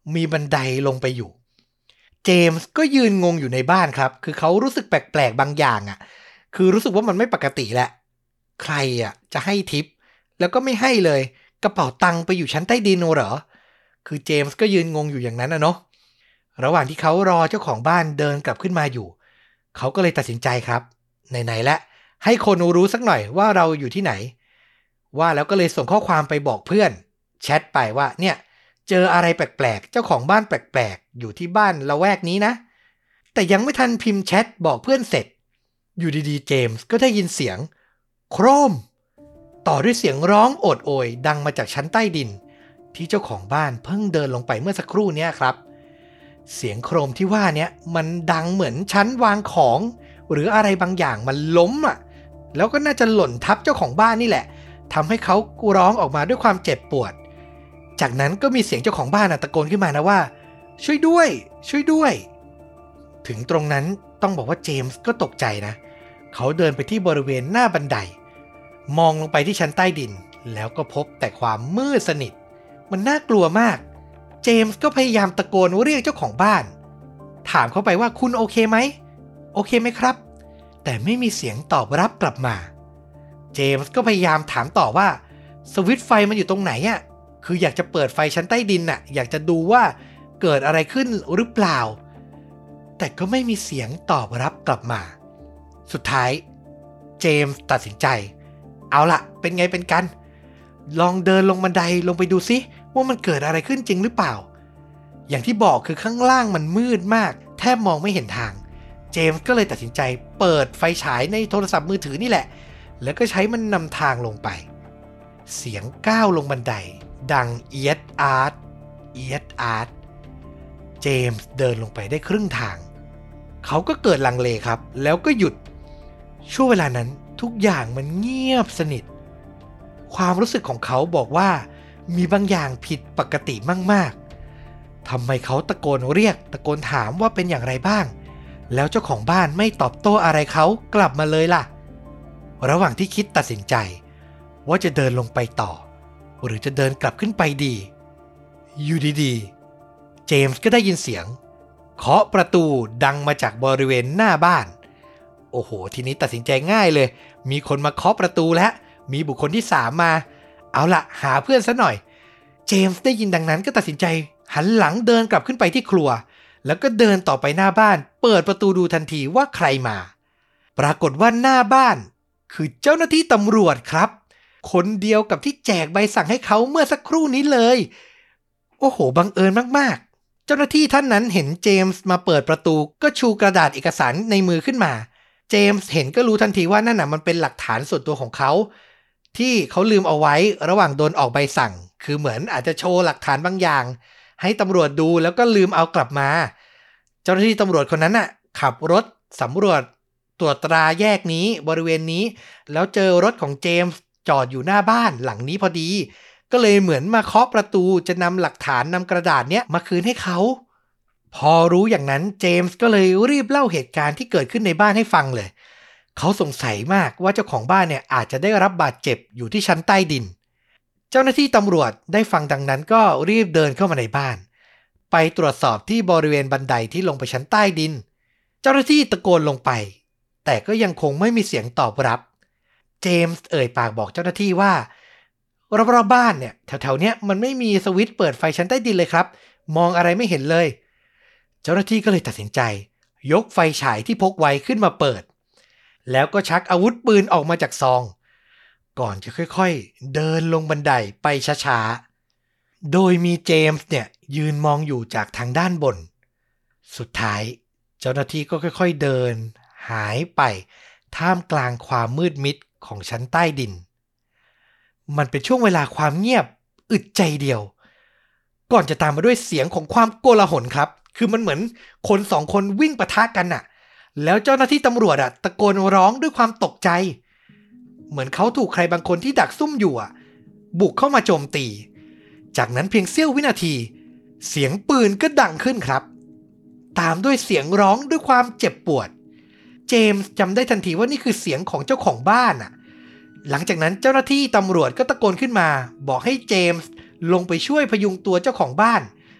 มีบันไดลงไปอยู่เจมส์ก็ยืนงงอยู่ในบ้านครับคือเขารู้สึกแปลกๆบางอย่างอ่ะคือรู้สึกว่ามันไม่ปกติแหละใครอ่ะจะให้ทิปแล้วก็ไม่ให้เลยกระเป๋าตังค์ไปอยู่ชั้นใต้ดินเหรอคือเจมส์ก็ยืนงงอยู่อย่างนั้นนะเนาะระหว่างที่เขารอเจ้าของบ้านเดินกลับขึ้นมาอยู่เขาก็เลยตัดสินใจครับไหนๆและให้คนรู้สักหน่อยว่าเราอยู่ที่ไหนว่าแล้วก็เลยส่งข้อความไปบอกเพื่อนแชทไปว่าเนี่ยเจออะไรแปลกๆเจ้าของบ้านแปลกๆอยู่ที่บ้านละแวกนี้นะแต่ยังไม่ทันพิมพ์แชทบอกเพื่อนเสร็จอยู่ดีๆเจมส์ก็ได้ยินเสียงโครมต่อด้วยเสียงร้องโอดโอยดังมาจากชั้นใต้ดินที่เจ้าของบ้านเพิ่งเดินลงไปเมื่อสักครู่นี้ครับเสียงโครมที่ว่านี้มันดังเหมือนชั้นวางของหรืออะไรบางอย่างมันล้มอ่ะแล้วก็น่าจะหล่นทับเจ้าของบ้านนี่แหละทำให้เขาร้องออกมาด้วยความเจ็บปวดจากนั้นก็มีเสียงเจ้าของบ้านตะโกนขึ้นมานะว่าช่วยด้วยช่วยด้วยถึงตรงนั้นต้องบอกว่าเจมส์ก็ตกใจนะเขาเดินไปที่บริเวณหน้าบันไดมองลงไปที่ชั้นใต้ดินแล้วก็พบแต่ความมืดสนิทมันน่ากลัวมากเจมส์ก็พยายามตะโกนเรียกเจ้าของบ้านถามเขาไปว่าคุณโอเคไหมโอเคไหมครับแต่ไม่มีเสียงตอบรับกลับมาเจมส์ก็พยายามถามต่อว่าสวิตช์ไฟมันอยู่ตรงไหนอ่ะคืออยากจะเปิดไฟชั้นใต้ดินน่ะอยากจะดูว่าเกิดอะไรขึ้นหรือเปล่าแต่ก็ไม่มีเสียงตอบรับกลับมาสุดท้ายเจมส์ตัดสินใจเอาล่ะเป็นไงเป็นกันลองเดินลงบันไดลงไปดูซิว่ามันเกิดอะไรขึ้นจริงหรือเปล่าอย่างที่บอกคือข้างล่างมันมืดมากแทบมองไม่เห็นทางเจมส์ก็เลยตัดสินใจเปิดไฟฉายในโทรศัพท์มือถือนี่แหละแล้วก็ใช้มันนำทางลงไปเสียงก้าวลงบันไดดังเอียดอาร์ตเอียดอาร์ตเจมส์เดินลงไปได้ครึ่งทางเขาก็เกิดลังเลครับแล้วก็หยุดช่วงเวลานั้นทุกอย่างมันเงียบสนิทความรู้สึกของเขาบอกว่ามีบางอย่างผิดปกติมากๆทำไมเขาตะโกนเรียกตะโกนถามว่าเป็นอย่างไรบ้างแล้วเจ้าของบ้านไม่ตอบโต้อะไรเขากลับมาเลยล่ะระหว่างที่คิดตัดสินใจว่าจะเดินลงไปต่อหรือจะเดินกลับขึ้นไปดีอยู่ดีๆเจมส์ก็ได้ยินเสียงเคาะประตูดังมาจากบริเวณหน้าบ้านโอ้โหทีนี้ตัดสินใจง่ายเลยมีคนมาเคาะประตูแล้วมีบุคคลที่สามมาเอาล่ะหาเพื่อนซะหน่อยเจมส์ได้ยินดังนั้นก็ตัดสินใจหันหลังเดินกลับขึ้นไปที่ครัวแล้วก็เดินต่อไปหน้าบ้านเปิดประตูดูทันทีว่าใครมาปรากฏว่าหน้าบ้านคือเจ้าหน้าที่ตำรวจครับคนเดียวกับที่แจกใบสั่งให้เขาเมื่อสักครู่นี้เลยโอ้โหบังเอิญมากๆเจ้าหน้าที่ท่านนั้นเห็นเจมส์มาเปิดประตูก็ชูกระดาษเอกสารในมือขึ้นมาเจมส์เห็นก็รู้ทันทีว่านั่นน่ะมันเป็นหลักฐานส่วนตัวของเขาที่เขาลืมเอาไว้ระหว่างโดนออกใบสั่งคือเหมือนอาจจะโชว์หลักฐานบางอย่างให้ตำรวจดูแล้วก็ลืมเอากลับมาเจ้าหน้าที่ตำรวจคนนั้นน่ะขับรถสำรวจตรวจตราแยกนี้บริเวณนี้แล้วเจอรถของเจมส์จอดอยู่หน้าบ้านหลังนี้พอดีก็เลยเหมือนมาเคาะประตูจะนำหลักฐานนำกระดาษเนี้ยมาคืนให้เขาพอรู้อย่างนั้นเจมส์ก็เลยรีบเล่าเหตุการณ์ที่เกิดขึ้นในบ้านให้ฟังเลยเขาสงสัยมากว่าเจ้าของบ้านเนี่ยอาจจะได้รับบาดเจ็บอยู่ที่ชั้นใต้ดินเจ้าหน้าที่ตำรวจได้ฟังดังนั้นก็รีบเดินเข้ามาในบ้านไปตรวจสอบที่บริเวณบันไดที่ลงไปชั้นใต้ดินเจ้าหน้าที่ตะโกนลงไปแต่ก็ยังคงไม่มีเสียงตอบรับเจมส์เอ่ยปากบอกเจ้าหน้าที่ว่ารอบๆบ้านเนี่ยแถวๆเนี้ยมันไม่มีสวิตช์เปิดไฟชั้นใต้ดินเลยครับมองอะไรไม่เห็นเลยเจ้าหน้าที่ก็เลยตัดสินใจยกไฟฉายที่พกไว้ขึ้นมาเปิดแล้วก็ชักอาวุธปืนออกมาจากซองก่อนจะค่อยๆเดินลงบันไดไปช้าๆโดยมีเจมส์เนี่ยยืนมองอยู่จากทางด้านบนสุดท้ายเจ้าหน้าที่ก็ค่อยๆเดินหายไปท่ามกลางความมืดมิดของชั้นใต้ดินมันเป็นช่วงเวลาความเงียบอึดใจเดียวก่อนจะตามมาด้วยเสียงของความโกลาหลครับคือมันเหมือนคนสองคนวิ่งปะทะกันน่ะแล้วเจ้าหน้าที่ตำรวจอ่ะตะโกนร้องด้วยความตกใจเหมือนเขาถูกใครบางคนที่ดักซุ่มอยู่อ่ะบุกเข้ามาโจมตีจากนั้นเพียงเสี้ยววินาทีเสียงปืนก็ดังขึ้นครับตามด้วยเสียงร้องด้วยความเจ็บปวดเจมส์จำได้ทันทีว่านี่คือเสียงของเจ้าของบ้านอ่ะหลังจากนั้นเจ้าหน้าที่ตำรวจก็ตะโกนขึ้นมาบอกให้เจมส์ลงไปช่วยพยุงตัวเจ้าของบ้าน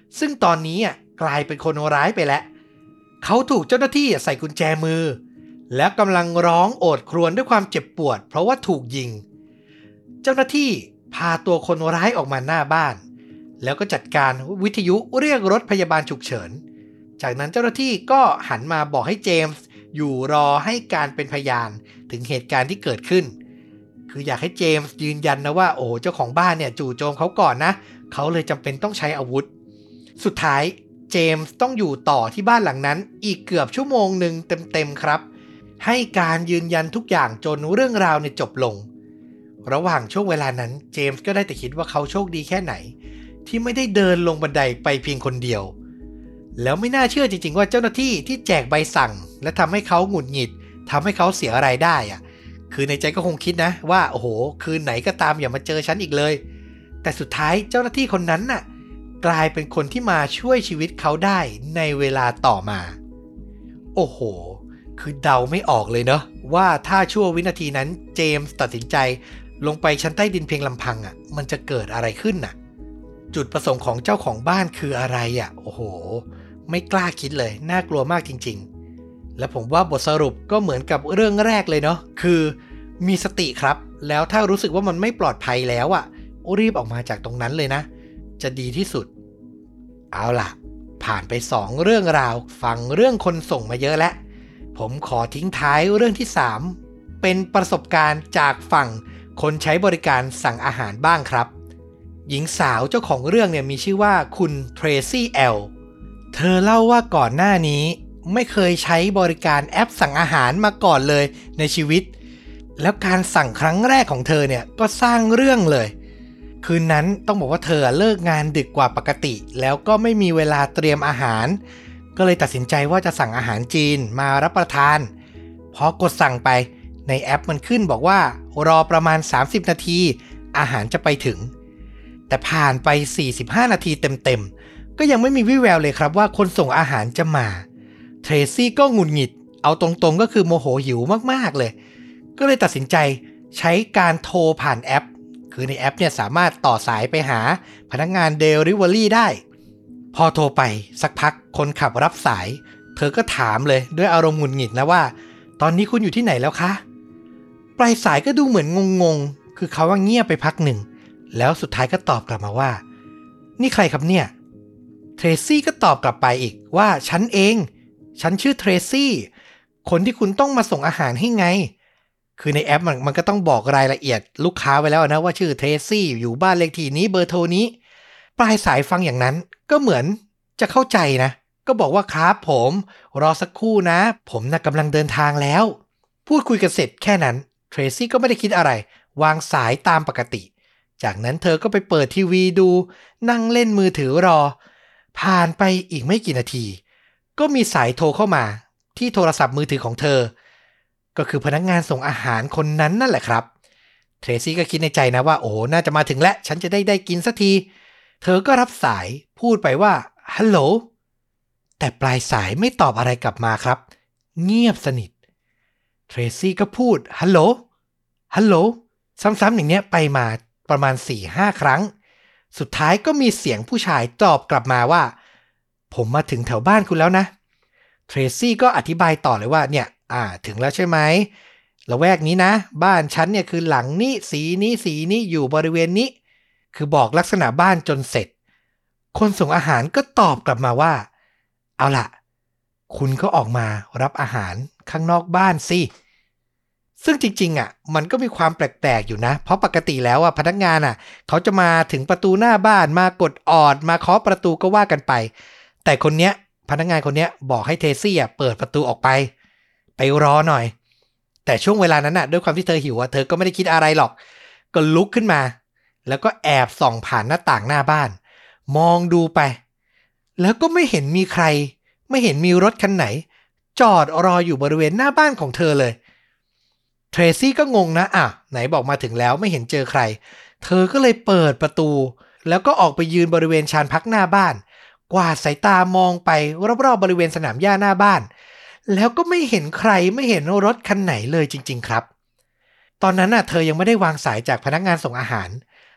ซึ่งตอนนี้อ่ะกลายเป็นคนร้ายไปแล้วเขาถูกเจ้าหน้าที่ใส่กุญแจมือและกำลังร้องโอดครวญด้วยความเจ็บปวดเพราะว่าถูกยิงเจ้าหน้าที่พาตัวคนร้ายออกมาหน้าบ้านแล้วก็จัดการวิทยุเรียกรถพยาบาลฉุกเฉินจากนั้นเจ้าหน้าที่ก็หันมาบอกให้เจมส์อยู่รอให้การเป็นพยานถึงเหตุการณ์ที่เกิดขึ้นคืออยากให้เจมส์ยืนยันนะว่าโอ้เจ้าของบ้านเนี่ยจู่โจมเขาก่อนนะเขาเลยจำเป็นต้องใช้อาวุธสุดท้ายเจมส์ต้องอยู่ต่อที่บ้านหลังนั้นอีกเกือบชั่วโมงหนึ่งเต็มๆครับให้การยืนยันทุกอย่างจนเรื่องราวเนี่ยจบลงระหว่างช่วงเวลานั้นเจมส์ก็ได้แต่คิดว่าเขาโชคดีแค่ไหนที่ไม่ได้เดินลงบันไดไปเพียงคนเดียวแล้วไม่น่าเชื่อจริงๆว่าเจ้าหน้าที่ที่แจกใบสั่งและทำให้เขาหงุดหงิดทำให้เขาเสียรายได้อะคือในใจก็คงคิดนะว่าโอ้โหคืนไหนก็ตามอย่ามาเจอฉันอีกเลยแต่สุดท้ายเจ้าหน้าที่คนนั้นน่ะกลายเป็นคนที่มาช่วยชีวิตเขาได้ในเวลาต่อมาโอ้โหคือเดาไม่ออกเลยเนาะว่าถ้าชั่ววินาทีนั้นเจมส์ตัดสินใจลงไปชั้นใต้ดินเพียงลำพังอ่ะมันจะเกิดอะไรขึ้นน่ะจุดประสงค์ของเจ้าของบ้านคืออะไรอ่ะโอ้โหไม่กล้าคิดเลยน่ากลัวมากจริงๆและผมว่าบทสรุปก็เหมือนกับเรื่องแรกเลยเนาะคือมีสติครับแล้วถ้ารู้สึกว่ามันไม่ปลอดภัยแล้วอ่ะรีบออกมาจากตรงนั้นเลยนะจะดีที่สุดเอาล่ะผ่านไปสองเรื่องราวฟังเรื่องคนส่งมาเยอะแล้วผมขอทิ้งท้ายเรื่องที่สามเป็นประสบการณ์จากฝั่งคนใช้บริการสั่งอาหารบ้างครับหญิงสาวเจ้าของเรื่องเนี่ยมีชื่อว่าคุณเทรซี่แอลเธอเล่าว่าก่อนหน้านี้ไม่เคยใช้บริการแอปสั่งอาหารมาก่อนเลยในชีวิตแล้วการสั่งครั้งแรกของเธอเนี่ยก็สร้างเรื่องเลยคืนนั้นต้องบอกว่าเธอเลิกงานดึกกว่าปกติแล้วก็ไม่มีเวลาเตรียมอาหารก็เลยตัดสินใจว่าจะสั่งอาหารจีนมารับประทานพอกดสั่งไปในแอปมันขึ้นบอกว่ารอประมาณสามสิบนาทีอาหารจะไปถึงแต่ผ่านไปสี่สิบห้านาทีเต็มๆก็ยังไม่มีวี่แววเลยครับว่าคนส่งอาหารจะมาเทรซี่ก็หงุดหงิดเอาตรงๆก็คือโมโหหิวมากๆเลยก็เลยตัดสินใจใช้การโทรผ่านแอปคือในแอปเนี่ยสามารถต่อสายไปหาพนักงานเดลิเวอรี่ได้พอโทรไปสักพักคนขับรับสายเธอก็ถามเลยด้วยอารมณ์หงุดหงิดนะว่าตอนนี้คุณอยู่ที่ไหนแล้วคะปลายสายก็ดูเหมือนงงๆคือเขาว่าเงียบไปพักหนึ่งแล้วสุดท้ายก็ตอบกลับมาว่านี่ใครครับเนี่ยเทรซี่ก็ตอบกลับไปอีกว่าฉันเองฉันชื่อเทรซี่คนที่คุณต้องมาส่งอาหารให้ไงคือในแอปมันมันก็ต้องบอกรายละเอียดลูกค้าไว้แล้วนะว่าชื่อเทรซี่อยู่บ้านเลขที่นี้เบอร์โทรนี้ปลายสายฟังอย่างนั้นก็เหมือนจะเข้าใจนะก็บอกว่าครับผมรอสักครู่นะผมน่ะกำลังเดินทางแล้วพูดคุยกันเสร็จแค่นั้นเทรซี่ก็ไม่ได้คิดอะไรวางสายตามปกติจากนั้นเธอก็ไปเปิดทีวีดูนั่งเล่นมือถือรอผ่านไปอีกไม่กี่นาทีก็มีสายโทรเข้ามาที่โทรศัพท์มือถือของเธอก็คือพนักงานส่งอาหารคนนั้นนั่นแหละครับเทรซี่ก็คิดในใจนะว่าโอ้น่าจะมาถึงแล้วฉันจะได้ได้กินสักทีเธอก็รับสายพูดไปว่าฮัลโหลแต่ปลายสายไม่ตอบอะไรกลับมาครับเงียบสนิทเทรซี่ก็พูดฮัลโหลฮัลโหลซ้ำๆอย่างเนี้ยไปมาประมาณ สี่ห้า ครั้งสุดท้ายก็มีเสียงผู้ชายตอบกลับมาว่าผมมาถึงแถวบ้านคุณแล้วนะเทรซี่ก็อธิบายต่อเลยว่าเนี่ยอ่าถึงแล้วใช่ไหมละแวกนี้นะบ้านฉันเนี่ยคือหลังนี้สีนี้สีนี้อยู่บริเวณนี้คือบอกลักษณะบ้านจนเสร็จคนส่งอาหารก็ตอบกลับมาว่าเอาล่ะคุณก็ออกมารับอาหารข้างนอกบ้านสิซึ่งจริงๆอ่ะมันก็มีความแปลกๆอยู่นะเพราะปกติแล้วอ่ะพนักงานอ่ะเขาจะมาถึงประตูหน้าบ้านมากดออดมาเคาะประตูก็ว่ากันไปแต่คนเนี้ยพนักงานคนเนี้ยบอกให้เทซี่อ่ะเปิดประตูออกไปไปรอหน่อยแต่ช่วงเวลานั้นน่ะด้วยความที่เธอหิวอ่ะเธอก็ไม่ได้คิดอะไรหรอกก็ลุกขึ้นมาแล้วก็แอบส่องผ่านหน้าต่างหน้าบ้านมองดูไปแล้วก็ไม่เห็นมีใครไม่เห็นมีรถคันไหนจอดรออยู่บริเวณหน้าบ้านของเธอเลยเทรซี่ก็งงนะอ่ะไหนบอกมาถึงแล้วไม่เห็นเจอใครเธอก็เลยเปิดประตูแล้วก็ออกไปยืนบริเวณชานพักหน้าบ้านกวาดสายตามองไปรอบๆบริเวณสนามหญ้าหน้าบ้านแล้วก็ไม่เห็นใครไม่เห็นรถคันไหนเลยจริงๆครับตอนนั้นน่ะเธอยังไม่ได้วางสายจากพนักงานส่งอาหาร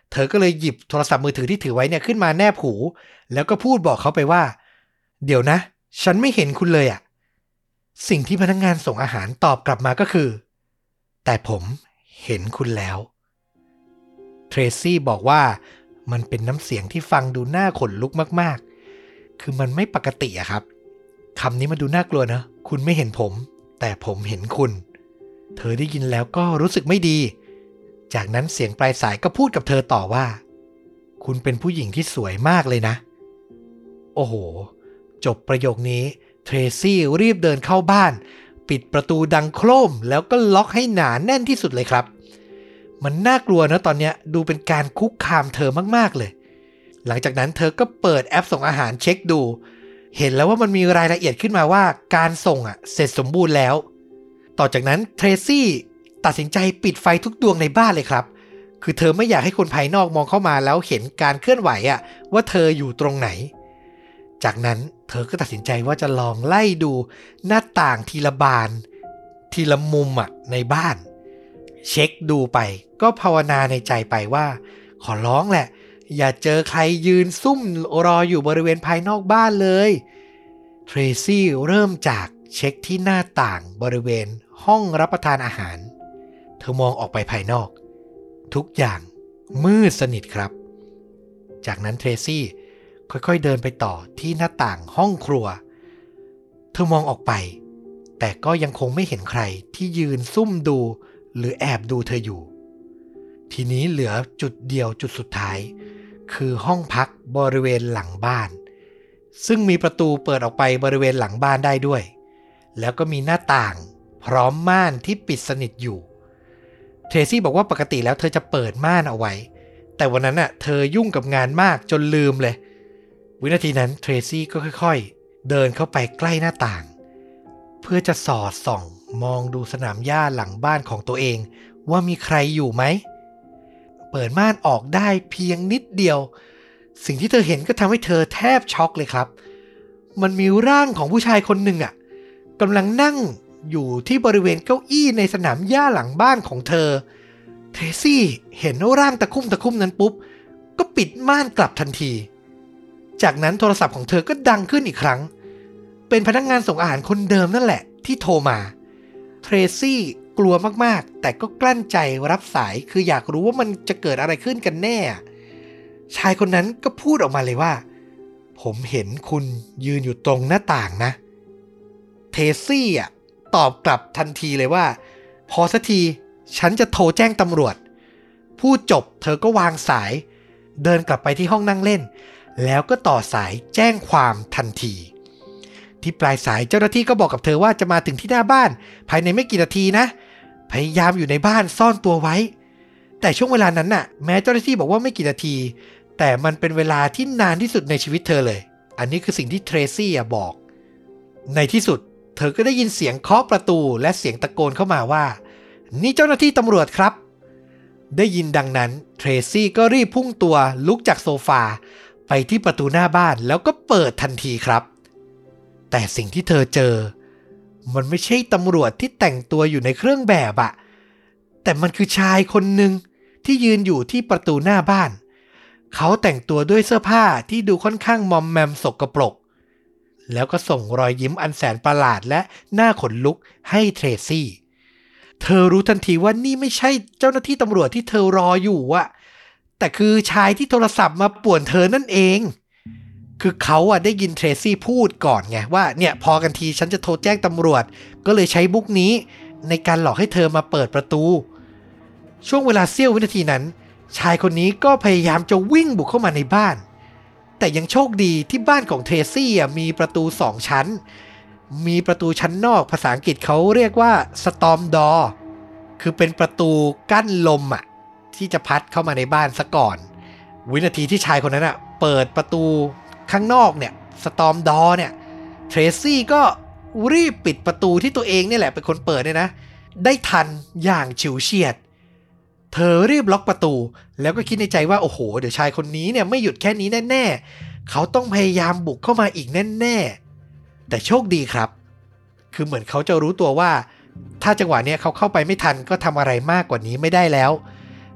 เธอก็เลยหยิบโทรศัพท์มือถือที่ถือไว้เนี่ยขึ้นมาแนบหูแล้วก็พูดบอกเขาไปว่าเดี๋ยวนะฉันไม่เห็นคุณเลยอะสิ่งที่พนักงานส่งอาหารตอบกลับมาก็คือแต่ผมเห็นคุณแล้วเทรซี่บอกว่ามันเป็นน้ำเสียงที่ฟังดูน่าขนลุกมากๆคือมันไม่ปกติอะครับคำนี้มันดูน่ากลัวนะคุณไม่เห็นผมแต่ผมเห็นคุณเธอได้ยินแล้วก็รู้สึกไม่ดีจากนั้นเสียงปลายสายก็พูดกับเธอต่อว่าคุณเป็นผู้หญิงที่สวยมากเลยนะโอ้โหจบประโยคนี้เทรซี่รีบเดินเข้าบ้านปิดประตูดังโครมแล้วก็ล็อกให้หนาแน่นที่สุดเลยครับมันน่ากลัวนะตอนนี้ดูเป็นการคุกคามเธอมากๆเลยหลังจากนั้นเธอก็เปิดแอปส่งอาหารเช็คดูเห็นแล้วว่ามันมีรายละเอียดขึ้นมาว่าการส่งอ่ะเสร็จสมบูรณ์แล้วต่อจากนั้นเทรซี่ตัดสินใจปิดไฟทุกดวงในบ้านเลยครับคือเธอไม่อยากให้คนภายนอกมองเข้ามาแล้วเห็นการเคลื่อนไหวอ่ะว่าเธออยู่ตรงไหนจากนั้นเธอก็ตัดสินใจว่าจะลองไล่ดูหน้าต่างทีละบานทีละมุมอ่ะในบ้านเช็คดูไปก็ภาวนาในใจไปว่าขอร้องแหละอย่าเจอใครยืนซุ่มรออยู่บริเวณภายนอกบ้านเลยเทรซี่เริ่มจากเช็คที่หน้าต่างบริเวณห้องรับประทานอาหารเธอมองออกไปภายนอกทุกอย่างมืดสนิทครับจากนั้นเทรซี่ค่อยๆเดินไปต่อที่หน้าต่างห้องครัวเธอมองออกไปแต่ก็ยังคงไม่เห็นใครที่ยืนซุ่มดูหรือแอบดูเธออยู่ทีนี้เหลือจุดเดียวจุดสุดท้ายคือห้องพักบริเวณหลังบ้านซึ่งมีประตูเปิดออกไปบริเวณหลังบ้านได้ด้วยแล้วก็มีหน้าต่างพร้อมม่านที่ปิดสนิทอยู่เทรซี่บอกว่าปกติแล้วเธอจะเปิดม่านเอาไว้แต่วันนั้นน่ะเธอยุ่งกับงานมากจนลืมเลยวินาทีนั้นเทรซี่ก็ค่อยๆเดินเข้าไปใกล้หน้าต่างเพื่อจะสอดส่องมองดูสนามหญ้าหลังบ้านของตัวเองว่ามีใครอยู่ไหมเปิดม่านออกได้เพียงนิดเดียวสิ่งที่เธอเห็นก็ทำให้เธอแทบช็อกเลยครับมันมีร่างของผู้ชายคนหนึ่งอ่ะกำลังนั่งอยู่ที่บริเวณเก้าอี้ในสนามหญ้าหลังบ้านของเธอเทรซี่เห็นร่างตะคุ่มตะคุ่มนั้นปุ๊บก็ปิดม่านกลับทันทีจากนั้นโทรศัพท์ของเธอก็ดังขึ้นอีกครั้งเป็นพนักงานส่งอาหารคนเดิมนั่นแหละที่โทรมาเทรซี่กลัวมากๆแต่ก็กลั้นใจรับสายคืออยากรู้ว่ามันจะเกิดอะไรขึ้นกันแน่ชายคนนั้นก็พูดออกมาเลยว่าผมเห็นคุณยืนอยู่ตรงหน้าต่างนะเทรซี่อ่ะตอบกลับทันทีเลยว่าพอสักทีฉันจะโทรแจ้งตำรวจพูดจบเธอก็วางสายเดินกลับไปที่ห้องนั่งเล่นแล้วก็ต่อสายแจ้งความทันทีที่ปลายสายเจ้าหน้าที่ก็บอกกับเธอว่าจะมาถึงที่หน้าบ้านภายในไม่กี่นาทีนะพยายามอยู่ในบ้านซ่อนตัวไว้แต่ช่วงเวลานั้นน่ะแม้เจ้าหน้าที่บอกว่าไม่กี่นาทีแต่มันเป็นเวลาที่นานที่สุดในชีวิตเธอเลยอันนี้คือสิ่งที่เทรซี่บอกในที่สุดเธอก็ได้ยินเสียงเคาะประตูและเสียงตะโกนเข้ามาว่านี่เจ้าหน้าที่ตำรวจครับได้ยินดังนั้นเทรซี่ก็รีบพุ่งตัวลุกจากโซฟาไปที่ประตูหน้าบ้านแล้วก็เปิดทันทีครับแต่สิ่งที่เธอเจอมันไม่ใช่ตำรวจที่แต่งตัวอยู่ในเครื่องแบบอะแต่มันคือชายคนหนึ่งที่ยืนอยู่ที่ประตูหน้าบ้านเขาแต่งตัวด้วยเสื้อผ้าที่ดูค่อนข้างมอมแมมสกปรกแล้วก็ส่งรอยยิ้มอันแสนประหลาดและน่าขนลุกให้เทรซี่เธอรู้ทันทีว่านี่ไม่ใช่เจ้าหน้าที่ตำรวจที่เธอรออยู่อะแต่คือชายที่โทรศัพท์มาป่วนเธอนั่นเองคือเขาอะได้ยินเทรซี่พูดก่อนไงว่าเนี่ยพอกันทีฉันจะโทรแจ้งตำรวจก็เลยใช้มุกนี้ในการหลอกให้เธอมาเปิดประตูช่วงเวลาเสี้ยววินาทีนั้นชายคนนี้ก็พยายามจะวิ่งบุกเข้ามาในบ้านแต่ยังโชคดีที่บ้านของเทรซี่อะมีประตูสองชั้นมีประตูชั้นนอกภาษาอังกฤษเขาเรียกว่า storm door คือเป็นประตูกั้นลมอะที่จะพัดเข้ามาในบ้านซะก่อนวินาทีที่ชายคนนั้นอะเปิดประตูข้างนอกเนี่ย storm door เนี่ยเทรซี่ก็รีบปิดประตูที่ตัวเองนี่แหละเป็นคนเปิดเนี่ยนะได้ทันอย่างฉิวเฉียดเธอรีบล็อกประตูแล้วก็คิดในใจว่าโอ้โหเดี๋ยวชายคนนี้เนี่ยไม่หยุดแค่นี้แน่ๆเขาต้องพยายามบุกเข้ามาอีกแน่ๆแต่โชคดีครับคือเหมือนเขาจะรู้ตัวว่าถ้าจังหวะนี้เขาเข้าไปไม่ทันก็ทำอะไรมากกว่านี้ไม่ได้แล้ว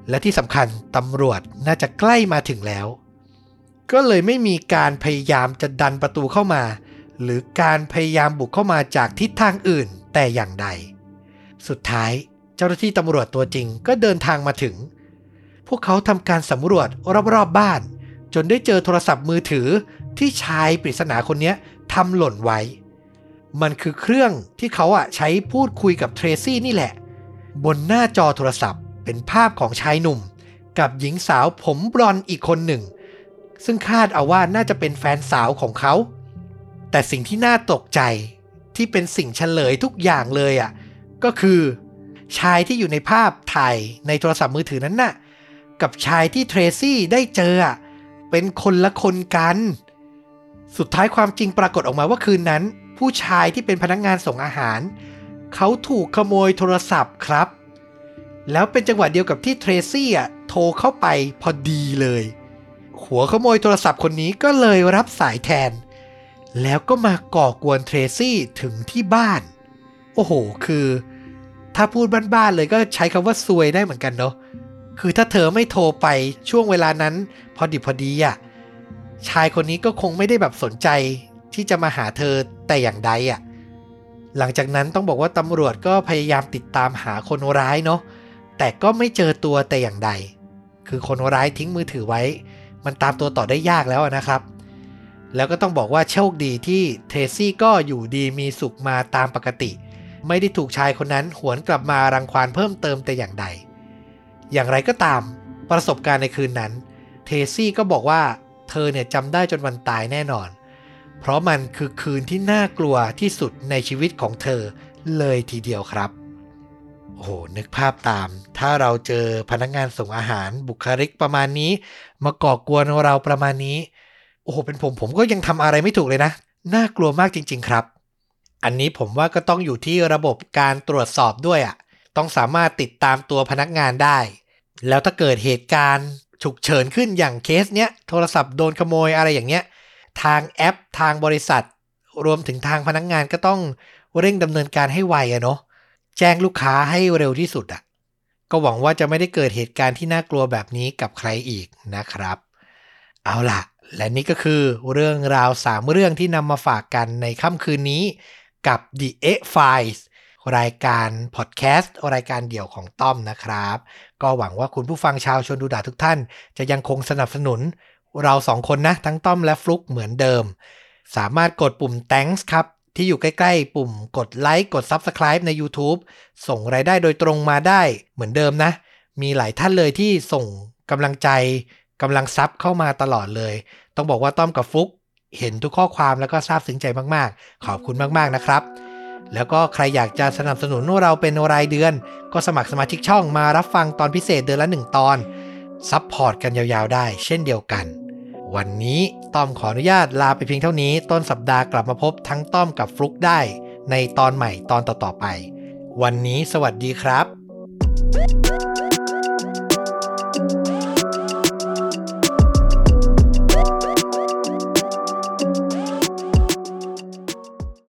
และที่สำคัญตำรวจน่าจะใกล้มาถึงแล้วก็เลยไม่มีการพยายามจะดันประตูเข้ามาหรือการพยายามบุกเข้ามาจากทิศทางอื่นแต่อย่างใดสุดท้ายเจ้าหน้าที่ตำรวจตัวจริงก็เดินทางมาถึงพวกเขาทำการสำรวจรอบๆบ้านจนได้เจอโทรศัพท์มือถือที่ชายปริศนาคนนี้ทำหล่นไว้มันคือเครื่องที่เขาอะใช้พูดคุยกับเทรซี่นี่แหละบนหน้าจอโทรศัพท์เป็นภาพของชายหนุ่มกับหญิงสาวผมบลอนด์อีกคนหนึ่งซึ่งคาดเอาว่าน่าจะเป็นแฟนสาวของเขาแต่สิ่งที่น่าตกใจที่เป็นสิ่งเฉลยทุกอย่างเลยอ่ะก็คือชายที่อยู่ในภาพถ่ายในโทรศัพท์มือถือนั้นน่ะกับชายที่เทรซี่ได้เจออ่ะเป็นคนละคนกันสุดท้ายความจริงปรากฏออกมาว่าคืนนั้นผู้ชายที่เป็นพนักงานส่งอาหารเขาถูกขโมยโทรศัพท์ครับแล้วเป็นจังหวะเดียวกับที่เทรซี่อ่ะโทรเข้าไปพอดีเลยหัวขโมยโทรศัพท์คนนี้ก็เลยรับสายแทนแล้วก็มาก่อกวนเทรซี่ถึงที่บ้านโอ้โหคือถ้าพูดบ้านๆเลยก็ใช้คำว่าซวยได้เหมือนกันเนาะคือถ้าเธอไม่โทรไปช่วงเวลานั้นพอดิบพอดีอ่ะชายคนนี้ก็คงไม่ได้แบบสนใจที่จะมาหาเธอแต่อย่างใดอ่ะหลังจากนั้นต้องบอกว่าตำรวจก็พยายามติดตามหาคนร้ายเนาะแต่ก็ไม่เจอตัวแต่อย่างใดคือคนร้ายทิ้งมือถือไว้มันตามตัวต่อได้ยากแล้วนะครับแล้วก็ต้องบอกว่าโชคดีที่เทรซี่ก็อยู่ดีมีสุขมาตามปกติไม่ได้ถูกชายคนนั้นหวนกลับมารังควานเพิ่มเติมแต่อย่างใดอย่างไรก็ตามประสบการณ์ในคืนนั้นเทรซี่ก็บอกว่าเธอเนี่ยจำได้จนวันตายแน่นอนเพราะมันคือคืนที่น่ากลัวที่สุดในชีวิตของเธอเลยทีเดียวครับโอ้โหนึกภาพตามถ้าเราเจอพนักงานส่งอาหารบุคลิกประมาณนี้มาก่อกวนเราประมาณนี้โอ้โหเป็นผมผมก็ยังทำอะไรไม่ถูกเลยนะน่ากลัวมากจริงๆครับอันนี้ผมว่าก็ต้องอยู่ที่ระบบการตรวจสอบด้วยอ่ะต้องสามารถติดตามตัวพนักงานได้แล้วถ้าเกิดเหตุการณ์ฉุกเฉินขึ้นอย่างเคสเนี้ยโทรศัพท์โดนขโมยอะไรอย่างเงี้ยทางแอปทางบริษัทรวมถึงทางพนักงานก็ต้องเร่งดำเนินการให้ไวอะเนาะแจ้งลูกค้าให้เร็วที่สุดอ่ะก็หวังว่าจะไม่ได้เกิดเหตุการณ์ที่น่ากลัวแบบนี้กับใครอีกนะครับเอาล่ะและนี่ก็คือเรื่องราวสามเรื่องที่นำมาฝากกันในค่ำคืนนี้กับ The X-Files รายการพอดแคสต์รายการเดี่ยวของต้อมนะครับก็หวังว่าคุณผู้ฟังชาวชวนดูดะทุกท่านจะยังคงสนับสนุนเราสองคนนะทั้งต้อมและฟลุกเหมือนเดิมสามารถกดปุ่ม Thanks ครับที่อยู่ใกล้ๆปุ่มกดไลค์กด Subscribe ใน YouTube ส่งรายได้โดยตรงมาได้เหมือนเดิมนะมีหลายท่านเลยที่ส่งกำลังใจกำลังซับเข้ามาตลอดเลยต้องบอกว่าต้อมกับฟลุกเห็นทุกข้อความแล้วก็ซาบซึ้งใจมากๆขอบคุณมากๆนะครับแล้วก็ใครอยากจะสนับสนุนเราเป็นรายเดือนก็สมัครสมาชิกช่องมารับฟังตอนพิเศษเดือนละหนึ่งตอนซัพพอร์ตกันยาวๆได้เช่นเดียวกันวันนี้ต้อมขออนุญาตลาไปเพียงเท่านี้ต้นสัปดาห์กลับมาพบทั้งต้อมกับฟลุกได้ในตอนใหม่ตอนต่อๆไปวันนี้สวัสดีครับ